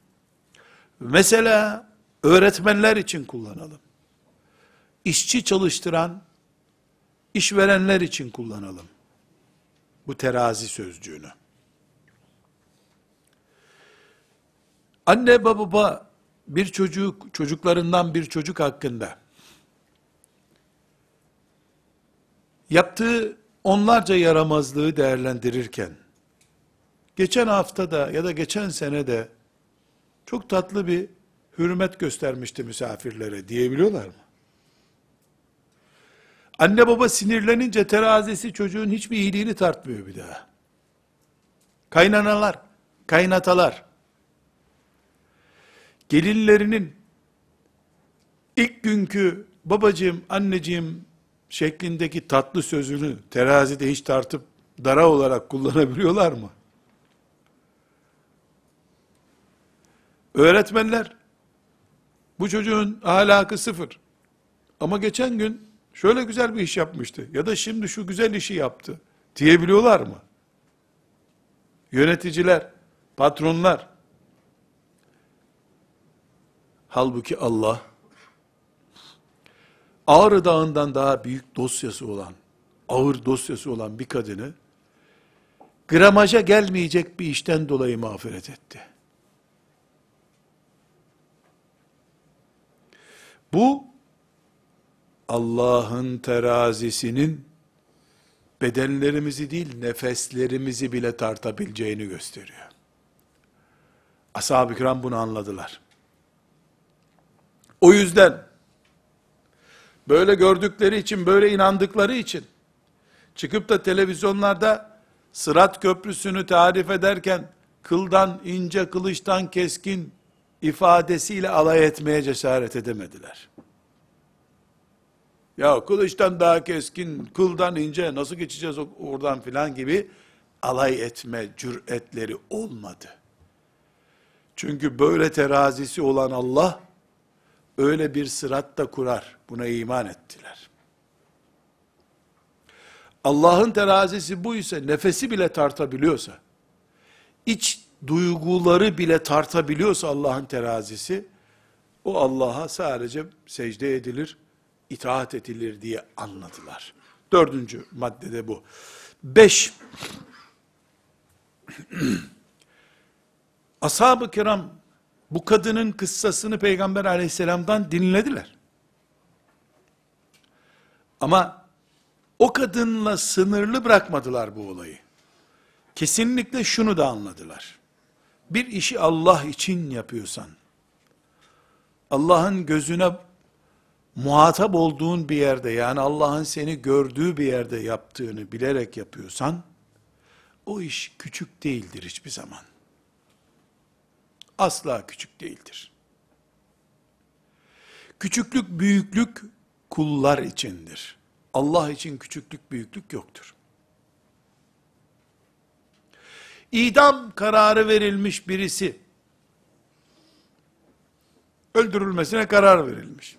Mesela öğretmenler için kullanalım. İşçi çalıştıran işverenler için kullanalım bu terazi sözcüğünü. Anne baba bir çocuk, çocuklarından bir çocuk hakkında yaptığı onlarca yaramazlığı değerlendirirken, geçen hafta da ya da geçen sene de çok tatlı bir hürmet göstermişti misafirlere diyebiliyorlar mı? Anne baba sinirlenince terazisi çocuğun hiçbir iyiliğini tartmıyor bir daha. Kaynanalar, kaynatalar, gelinlerinin ilk günkü babacığım, anneciğim şeklindeki tatlı sözünü terazide hiç tartıp dara olarak kullanabiliyorlar mı? Öğretmenler, bu çocuğun ahlakı sıfır. Ama geçen gün şöyle güzel bir iş yapmıştı ya da şimdi şu güzel işi yaptı diyebiliyorlar mı? Yöneticiler, patronlar. Halbuki Allah, Ağrı Dağı'ndan daha büyük dosyası olan, ağır dosyası olan bir kadını, gramaja gelmeyecek bir işten dolayı mağfiret etti. Bu, Allah'ın terazisinin, bedenlerimizi değil, nefeslerimizi bile tartabileceğini gösteriyor. Ashab-ı kiram bunu anladılar. O yüzden, böyle gördükleri için, böyle inandıkları için, çıkıp da televizyonlarda, Sırat Köprüsü'nü tarif ederken, kıldan ince, kılıçtan keskin, ifadesiyle alay etmeye cesaret edemediler. Ya kılıçtan daha keskin, kıldan ince, nasıl geçeceğiz oradan filan gibi, alay etme cüretleri olmadı. Çünkü böyle terazisi olan Allah, öyle bir sırat da kurar. Buna iman ettiler. Allah'ın terazisi bu ise, nefesi bile tartabiliyorsa, iç duyguları bile tartabiliyorsa Allah'ın terazisi, O Allah'a sadece secde edilir, itaat edilir diye anladılar. Dördüncü maddede bu. Beş, ashab-ı kiram bu kadının kıssasını Peygamber aleyhisselamdan dinlediler. Ama o kadınla sınırlı bırakmadılar bu olayı. Kesinlikle şunu da anladılar. Bir işi Allah için yapıyorsan, Allah'ın gözüne muhatap olduğun bir yerde, yani Allah'ın seni gördüğü bir yerde yaptığını bilerek yapıyorsan, o iş küçük değildir hiçbir zaman. Asla küçük değildir. Küçüklük, büyüklük kullar içindir. Allah için küçüklük, büyüklük yoktur. İdam kararı verilmiş birisi, öldürülmesine karar verilmiş.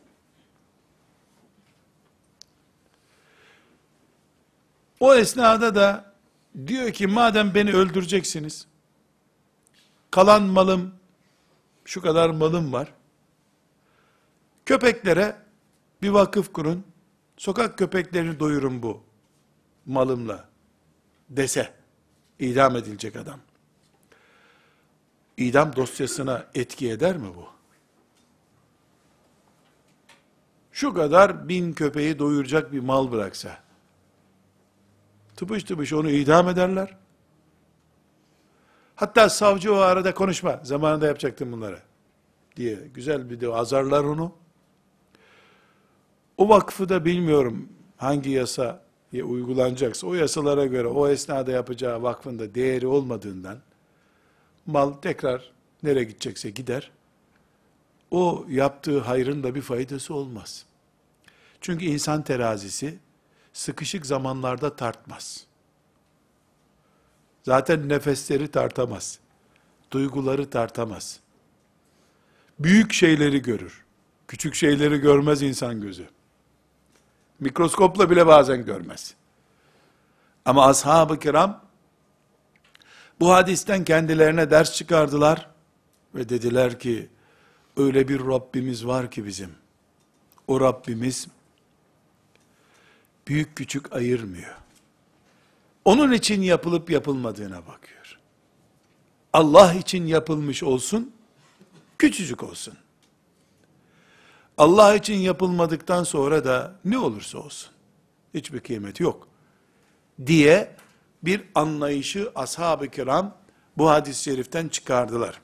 O esnada da diyor ki, madem beni öldüreceksiniz, kalan malım, şu kadar malım var, köpeklere bir vakıf kurun, sokak köpeklerini doyurun bu malımla dese, idam edilecek adam. İdam dosyasına etki eder mi bu? Şu kadar bin köpeği doyuracak bir mal bıraksa, tıpış tıpış onu idam ederler. Hatta savcı o arada, konuşma, zamanında yapacaktım bunları diye güzel bir de azarlar onu. O vakfı da bilmiyorum hangi yasa uygulanacaksa, o yasalara göre o esnada yapacağı vakfın da değeri olmadığından, mal tekrar nereye gidecekse gider. O yaptığı hayrın da bir faydası olmaz. Çünkü insan terazisi sıkışık zamanlarda tartmaz. Zaten nefesleri tartamaz. Duyguları tartamaz. Büyük şeyleri görür. Küçük şeyleri görmez insan gözü. Mikroskopla bile bazen görmez. Ama ashab-ı kiram bu hadisten kendilerine ders çıkardılar ve dediler ki, öyle bir Rabbimiz var ki bizim. O Rabbimiz büyük küçük ayırmıyor. Onun için yapılıp yapılmadığına bakıyor. Allah için yapılmış olsun, küçücük olsun. Allah için yapılmadıktan sonra da ne olursa olsun, hiçbir kıymeti yok diye bir anlayışı ashab-ı kiram bu hadis-i şeriften çıkardılar.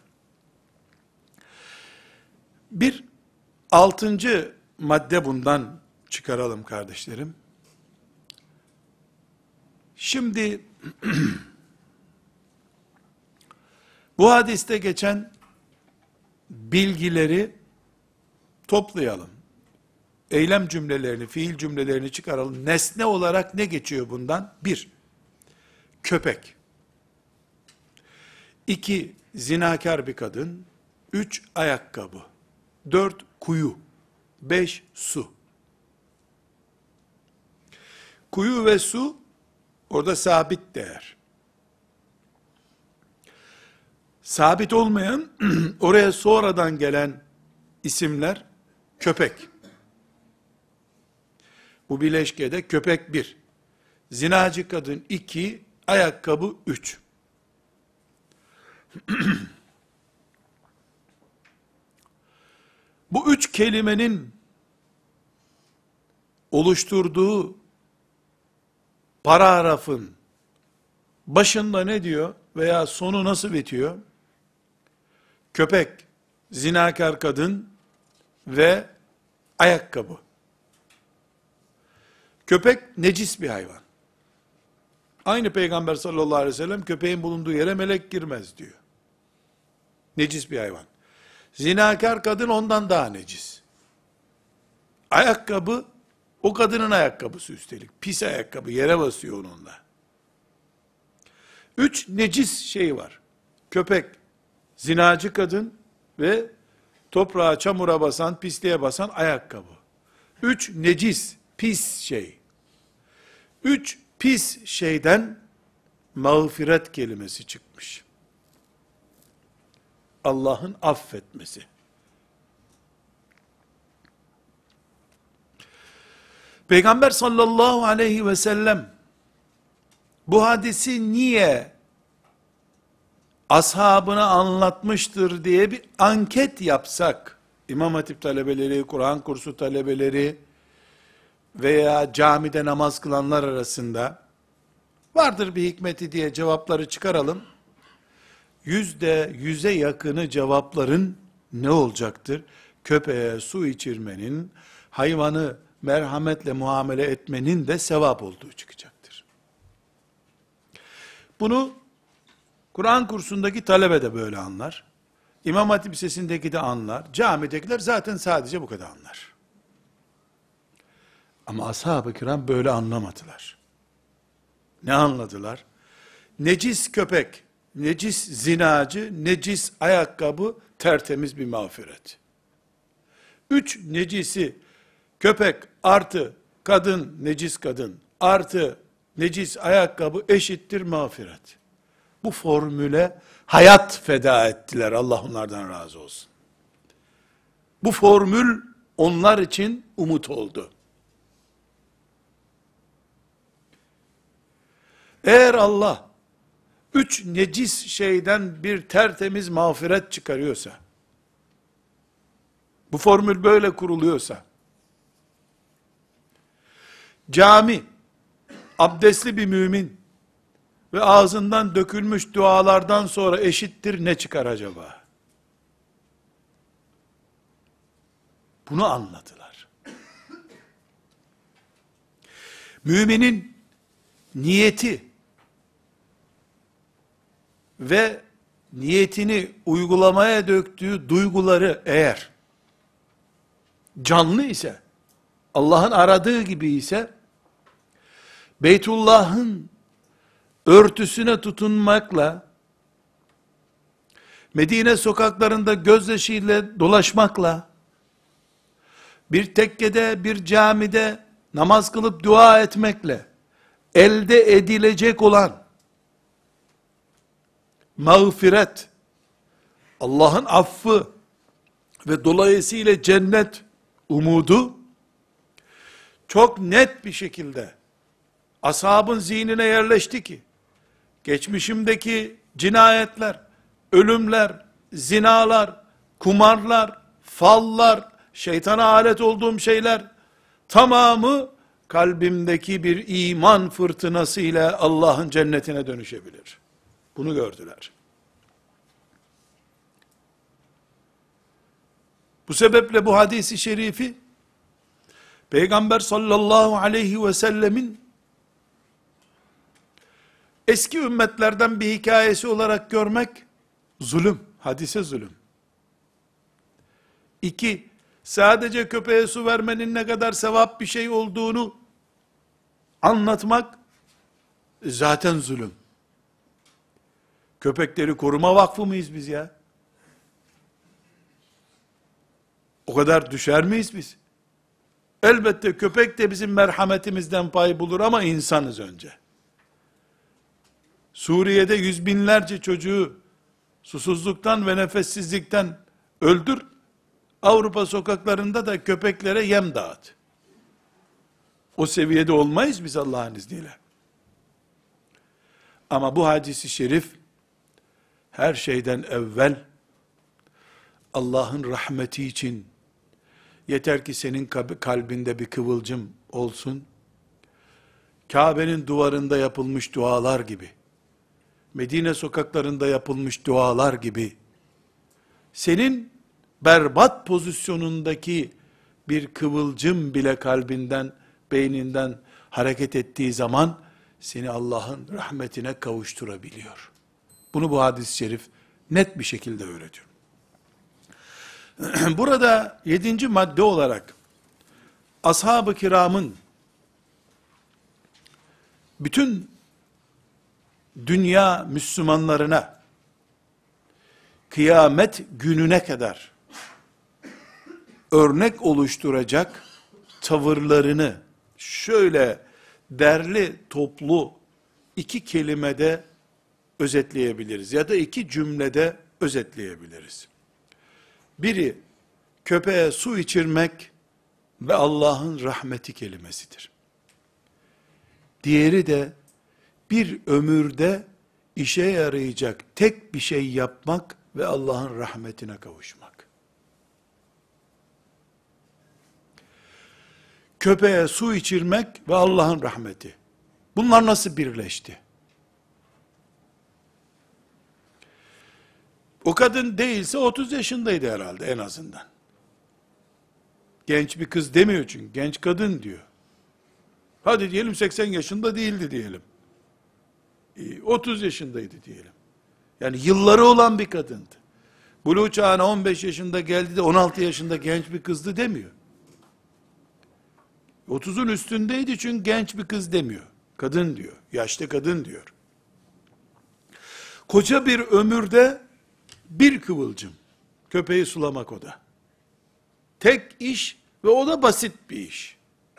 Bir altıncı madde bundan çıkaralım kardeşlerim. Şimdi bu hadiste geçen bilgileri toplayalım. Eylem cümlelerini, fiil cümlelerini çıkaralım. Nesne olarak ne geçiyor bundan? Bir, köpek. İki, zinakar bir kadın. Üç, ayakkabı. Dört, kuyu. Beş, su. Kuyu ve su, orada sabit değer. Sabit olmayan, oraya sonradan gelen isimler, köpek. Bu bileşkede köpek bir, zinacı kadın iki, ayakkabı üç. Bu üç kelimenin oluşturduğu paragrafın başında ne diyor veya sonu nasıl bitiyor? Köpek, zinakar kadın ve ayakkabı. Köpek necis bir hayvan. Aynı Peygamber sallallahu aleyhi ve sellem köpeğin bulunduğu yere melek girmez diyor. Necis bir hayvan. Zinakar kadın ondan daha necis. Ayakkabı, o kadının ayakkabısı üstelik. Pis ayakkabı, yere basıyor onunla. Üç necis şey var. Köpek, zinacı kadın ve toprağa, çamura basan, pisliğe basan ayakkabı. Üç necis, pis şey. Üç pis şeyden mağfiret kelimesi çıkmış. Allah'ın affetmesi. Peygamber sallallahu aleyhi ve sellem bu hadisi niye ashabına anlatmıştır diye bir anket yapsak, İmam Hatip talebeleri, Kur'an kursu talebeleri veya camide namaz kılanlar arasında vardır bir hikmeti diye cevapları çıkaralım. Yüzde yüze yakını cevapların ne olacaktır? Köpeğe su içirmenin, hayvanı merhametle muamele etmenin de sevap olduğu çıkacaktır. Bunu Kur'an kursundaki talebe de böyle anlar. İmam Hatip Lisesi'ndeki de anlar. Camidekiler zaten sadece bu kadar anlar. Ama ashab-ı kiram böyle anlamadılar. Ne anladılar? Necis köpek, necis zinacı, necis ayakkabı tertemiz bir mağfiret. Üç necisi köpek artı kadın, necis kadın artı necis ayakkabı eşittir mağfiret. Bu formüle hayat feda ettiler. Allah onlardan razı olsun. Bu formül onlar için umut oldu. Eğer Allah üç necis şeyden bir tertemiz mağfiret çıkarıyorsa, bu formül böyle kuruluyorsa, cami, abdestli bir mümin ve ağzından dökülmüş dualardan sonra eşittir ne çıkar acaba? Bunu anladılar. Müminin niyeti ve niyetini uygulamaya döktüğü duyguları eğer canlı ise, Allah'ın aradığı gibi ise, Beytullah'ın örtüsüne tutunmakla, Medine sokaklarında gözyaşıyla dolaşmakla, bir tekkede, bir camide namaz kılıp dua etmekle, elde edilecek olan mağfiret, Allah'ın affı ve dolayısıyla cennet umudu, çok net bir şekilde ashabın zihnine yerleşti ki, geçmişimdeki cinayetler, ölümler, zinalar, kumarlar, fallar, şeytana alet olduğum şeyler, tamamı kalbimdeki bir iman fırtınası ile Allah'ın cennetine dönüşebilir. Bunu gördüler. Bu sebeple bu hadisi şerifi, Peygamber sallallahu aleyhi ve sellemin eski ümmetlerden bir hikayesi olarak görmek, zulüm, hadise zulüm. İki, sadece köpeğe su vermenin ne kadar sevap bir şey olduğunu anlatmak, zaten zulüm. Köpekleri koruma vakfı mıyız biz ya? O kadar düşer miyiz biz? Elbette köpek de bizim merhametimizden pay bulur ama insanız önce. Suriye'de yüz binlerce çocuğu susuzluktan ve nefessizlikten öldür, Avrupa sokaklarında da köpeklere yem dağıt. O seviyede olmayız biz Allah'ın izniyle. Ama bu hadisi şerif, her şeyden evvel, Allah'ın rahmeti için, yeter ki senin kalbinde bir kıvılcım olsun, Kabe'nin duvarında yapılmış dualar gibi, Medine sokaklarında yapılmış dualar gibi, senin berbat pozisyonundaki bir kıvılcım bile kalbinden, beyninden hareket ettiği zaman, seni Allah'ın rahmetine kavuşturabiliyor. Bunu bu hadis-i şerif net bir şekilde öğretiyor. Burada yedinci madde olarak, ashab-ı kiramın, bütün dünya Müslümanlarına, kıyamet gününe kadar, örnek oluşturacak tavırlarını, şöyle derli toplu, iki kelimede özetleyebiliriz. Ya da iki cümlede özetleyebiliriz. Biri, köpeğe su içirmek, ve Allah'ın rahmeti kelimesidir. Diğeri de bir ömürde işe yarayacak tek bir şey yapmak ve Allah'ın rahmetine kavuşmak. Köpeğe su içirmek ve Allah'ın rahmeti. Bunlar nasıl birleşti? O kadın değilse otuz yaşındaydı herhalde en azından. Genç bir kız demiyor çünkü, genç kadın diyor. Hadi diyelim seksen yaşında değildi diyelim. otuz yaşındaydı diyelim. Yani yılları olan bir kadındı. Buluğ çağına on beş yaşında geldi de on altı yaşında genç bir kızdı demiyor. otuzun üstündeydi çünkü genç bir kız demiyor. Kadın diyor. Yaşlı kadın diyor. Koca bir ömürde bir kıvılcım. Köpeği sulamak o da. Tek iş ve o da basit bir iş.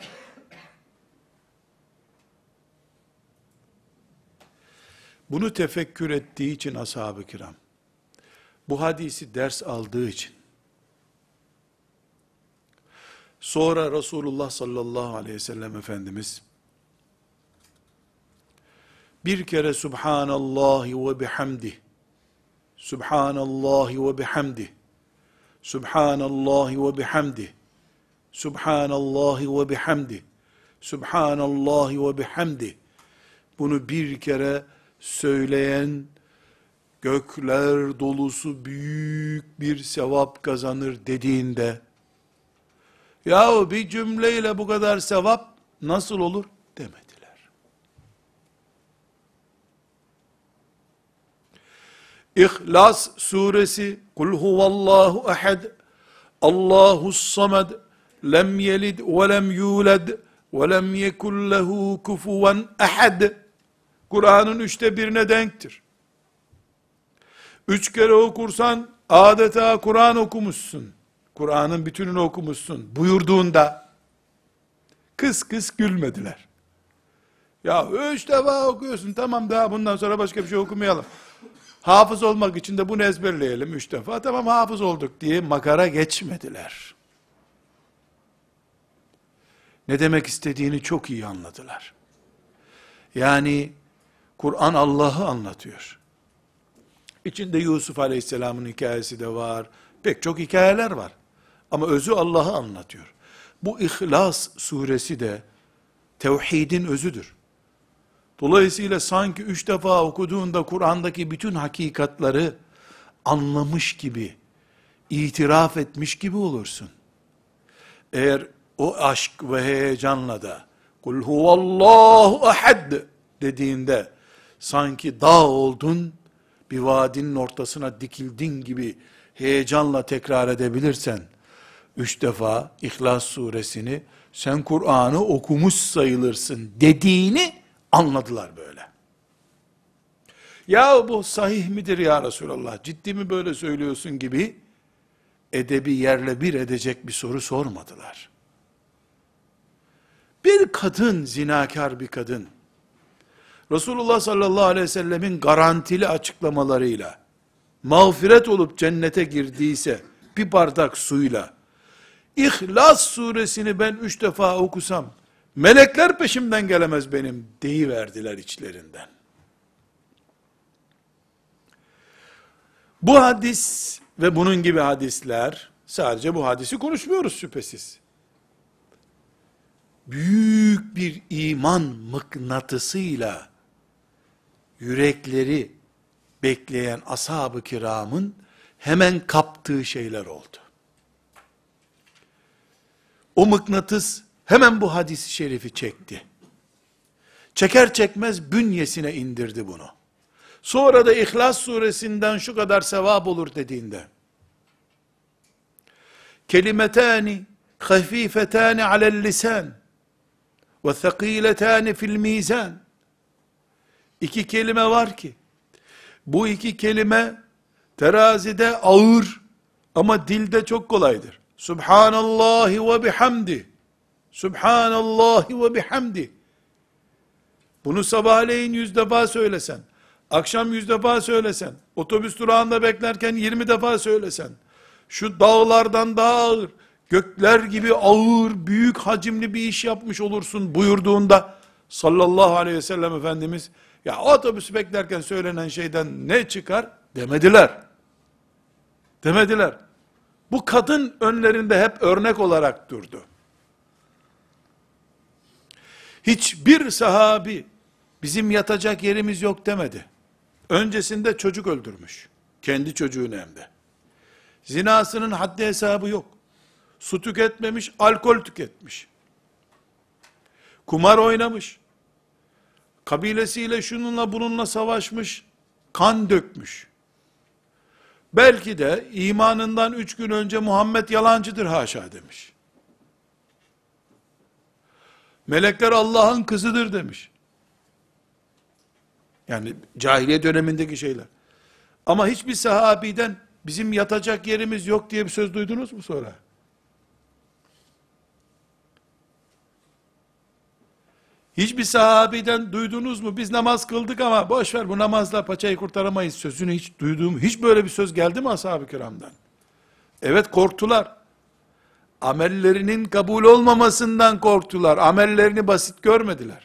Bunu tefekkür ettiği için ashab-ı kiram, bu hadisi ders aldığı için, sonra Resulullah sallallahu aleyhi ve sellem Efendimiz, bir kere Subhanallahi ve bihamdih, Subhanallahi ve bihamdih, Subhanallahi ve bihamdih, Subhanallahi ve bihamdih, Subhanallahi ve bihamdih, bunu bir kere söyleyen, gökler dolusu büyük bir sevap kazanır dediğinde, yahu bir cümleyle bu kadar sevap nasıl olur demediler. İhlas suresi, Kul huvallahu ahad, Allahus samed, lem yelid ve lem yulad ve lem yekun lehu kufuven ahad, Kur'an'ın üçte birine denktir. Üç kere okursan adeta Kur'an okumuşsun. Kur'an'ın bütününü okumuşsun buyurduğunda kıs kıs gülmediler. Ya üç defa okuyorsun, tamam, daha bundan sonra başka bir şey okumayalım. Hafız olmak için de bunu ezberleyelim üç defa, tamam hafız olduk diye makara geçmediler. Ne demek istediğini çok iyi anladılar. Yani Kur'an Allah'ı anlatıyor. İçinde Yusuf Aleyhisselam'ın hikayesi de var. Pek çok hikayeler var. Ama özü Allah'ı anlatıyor. Bu İhlas suresi de tevhidin özüdür. Dolayısıyla sanki üç defa okuduğunda Kur'an'daki bütün hakikatları anlamış gibi, itiraf etmiş gibi olursun. Eğer o aşk ve heyecanla da Kul huvallahu ahad dediğinde sanki dağ oldun, bir vadinin ortasına dikildin gibi heyecanla tekrar edebilirsen, üç defa İhlas suresini sen Kur'an'ı okumuş sayılırsın dediğini anladılar böyle. Ya bu sahih midir ya Resulallah, ciddi mi böyle söylüyorsun gibi edebi yerle bir edecek bir soru sormadılar. Bir kadın, zinakar bir kadın, Resulullah sallallahu aleyhi ve sellemin garantili açıklamalarıyla mağfiret olup cennete girdiyse bir bardak suyla İhlas suresini ben üç defa okusam melekler peşimden gelemez benim deyiverdiler içlerinden. Bu hadis ve bunun gibi hadisler, sadece bu hadisi konuşmuyoruz şüphesiz. Büyük bir iman mıknatısıyla yürekleri bekleyen ashab-ı kiramın hemen kaptığı şeyler oldu. O mıknatıs hemen bu hadis-i şerifi çekti. Çeker çekmez bünyesine indirdi bunu. Sonra da İhlas suresinden şu kadar sevap olur dediğinde, kelimetani hafifetani alel lisan ve thakiletani fil mizan. İki kelime var ki, bu iki kelime terazide ağır ama dilde çok kolaydır. Subhanallahi ve bihamdi. Subhanallahi ve bihamdi. Bunu sabahleyin yüz defa söylesen, akşam yüz defa söylesen, otobüs durağında beklerken yirmi defa söylesen, şu dağlardan daha ağır, gökler gibi ağır, büyük hacimli bir iş yapmış olursun buyurduğunda sallallahu aleyhi ve sellem Efendimiz, ya otobüs beklerken söylenen şeyden ne çıkar demediler. Demediler. Bu kadın önlerinde hep örnek olarak durdu. Hiçbir sahabi bizim yatacak yerimiz yok demedi. Öncesinde çocuk öldürmüş. Kendi çocuğunu hem de. Zinasının haddi hesabı yok. Su tüketmemiş, alkol tüketmiş. Kumar oynamış. Kabilesiyle şununla bununla savaşmış. Kan dökmüş. Belki de imanından üç gün önce Muhammed yalancıdır haşa demiş. Melekler Allah'ın kızıdır demiş. Yani cahiliye dönemindeki şeyler. Ama hiçbir sahabiden bizim yatacak yerimiz yok diye bir söz duydunuz mu sonra? Hiçbir sahabiden duydunuz mu? Biz namaz kıldık ama boş ver bu namazla paçayı kurtaramayız sözünü hiç duyduğum, hiç böyle bir söz geldi mi ashab-ı kiramdan? Evet, korktular. Amellerinin kabul olmamasından korktular. Amellerini basit görmediler.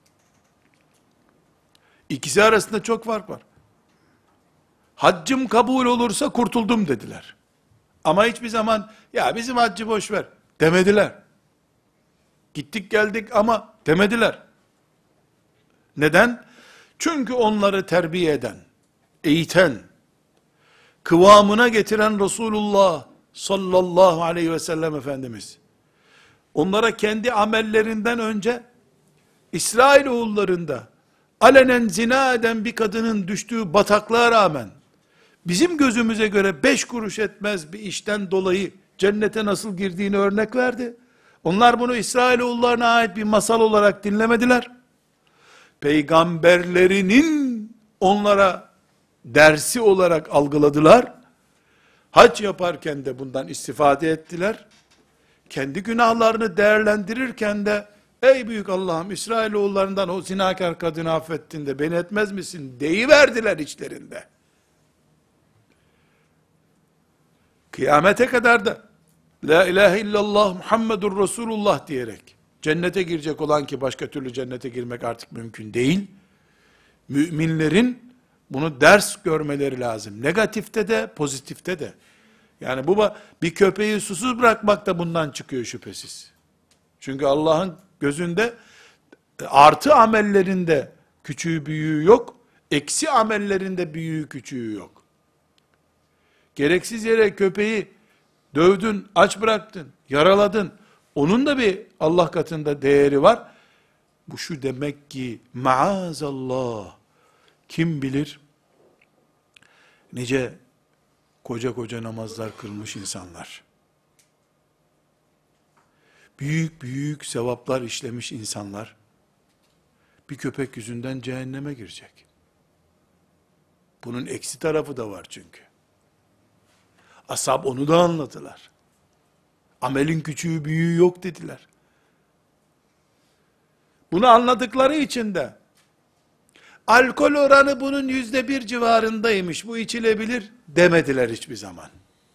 İkisi arasında çok fark var. Haccım kabul olursa kurtuldum dediler. Ama hiçbir zaman ya bizim haccı boş ver demediler. Gittik geldik ama demediler. Neden? Çünkü onları terbiye eden, eğiten, kıvamına getiren Resulullah sallallahu aleyhi ve sellem Efendimiz, onlara kendi amellerinden önce, İsrailoğullarında, alenen zina eden bir kadının düştüğü bataklığa rağmen, bizim gözümüze göre beş kuruş etmez bir işten dolayı, cennete nasıl girdiğini örnek verdi. Onlar bunu İsrailoğullarına ait bir masal olarak dinlemediler. Peygamberlerinin onlara dersi olarak algıladılar. Hac yaparken de bundan istifade ettiler. Kendi günahlarını değerlendirirken de, ey büyük Allah'ım İsrailoğullarından o zinakar kadını affettin de beni etmez misin deyiverdiler içlerinde. Kıyamete kadar da la ilahe illallah Muhammedur Resulullah diyerek cennete girecek olan, ki başka türlü cennete girmek artık mümkün değil, müminlerin bunu ders görmeleri lazım. Negatifte de pozitifte de. Yani bu bir köpeği susuz bırakmak da bundan çıkıyor şüphesiz. Çünkü Allah'ın gözünde artı amellerinde küçüğü büyüğü yok, eksi amellerinde büyüğü küçüğü yok. Gereksiz yere köpeği dövdün, aç bıraktın, yaraladın. Onun da bir Allah katında değeri var. Bu şu demek ki maazallah, kim bilir nice koca koca namazlar kılmış insanlar, büyük büyük sevaplar işlemiş insanlar, bir köpek yüzünden cehenneme girecek. Bunun eksi tarafı da var çünkü. Ashab onu da anladılar. Amelin küçüğü büyüğü yok dediler. Bunu anladıkları için de alkol oranı bunun yüzde bir civarındaymış, bu içilebilir demediler hiçbir zaman.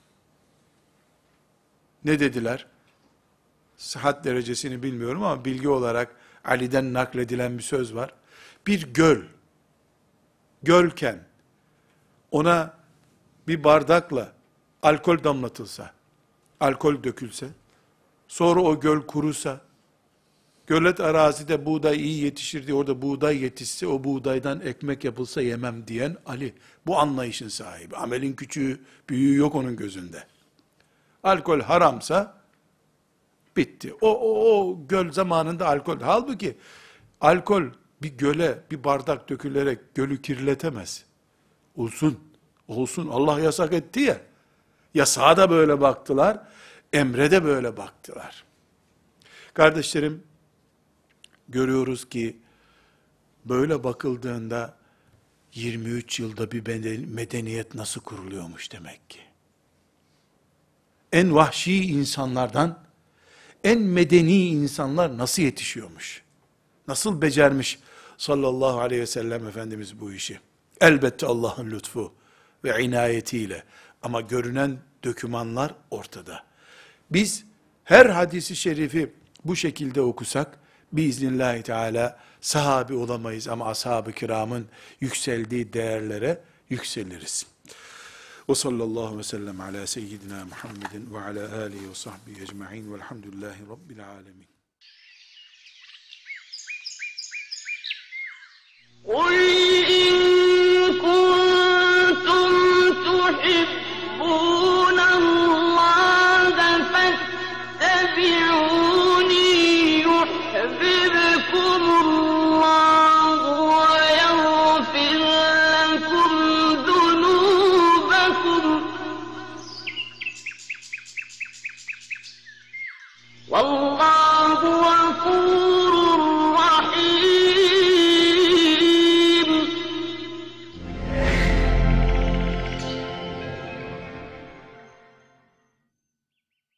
Ne dediler? Sıhhat derecesini bilmiyorum ama bilgi olarak Ali'den nakledilen bir söz var. Bir göl, gölken ona bir bardakla alkol damlatılsa, alkol dökülse, sonra o göl kurusa, gölet arazide buğday iyi yetişir diye orada buğday yetişse, o buğdaydan ekmek yapılsa yemem diyen Ali, bu anlayışın sahibi. Amelin küçüğü, büyüğü yok onun gözünde. Alkol haramsa, bitti. O, o, o göl zamanında alkol. Halbuki, alkol bir göle, bir bardak dökülerek gölü kirletemez. Olsun, olsun. Allah yasak etti ya. Yasağa da böyle baktılar, emre de böyle baktılar. Kardeşlerim, görüyoruz ki, böyle bakıldığında, yirmi üç yılda bir medeniyet nasıl kuruluyormuş demek ki. En vahşi insanlardan, en medeni insanlar nasıl yetişiyormuş? Nasıl becermiş sallallahu aleyhi ve sellem Efendimiz bu işi? Elbette Allah'ın lütfu ve inayetiyle. Ama görünen dokümanlar ortada. Biz her hadisi şerifi bu şekilde okusak, biiznillahü teala sahabi olamayız ama ashab-ı kiramın yükseldiği değerlere yükseliriz. Ve sallallahu ve sellem ala seyyidina Muhammedin ve ala alihi ve sahbihi ecma'in velhamdülillahi rabbil alemin.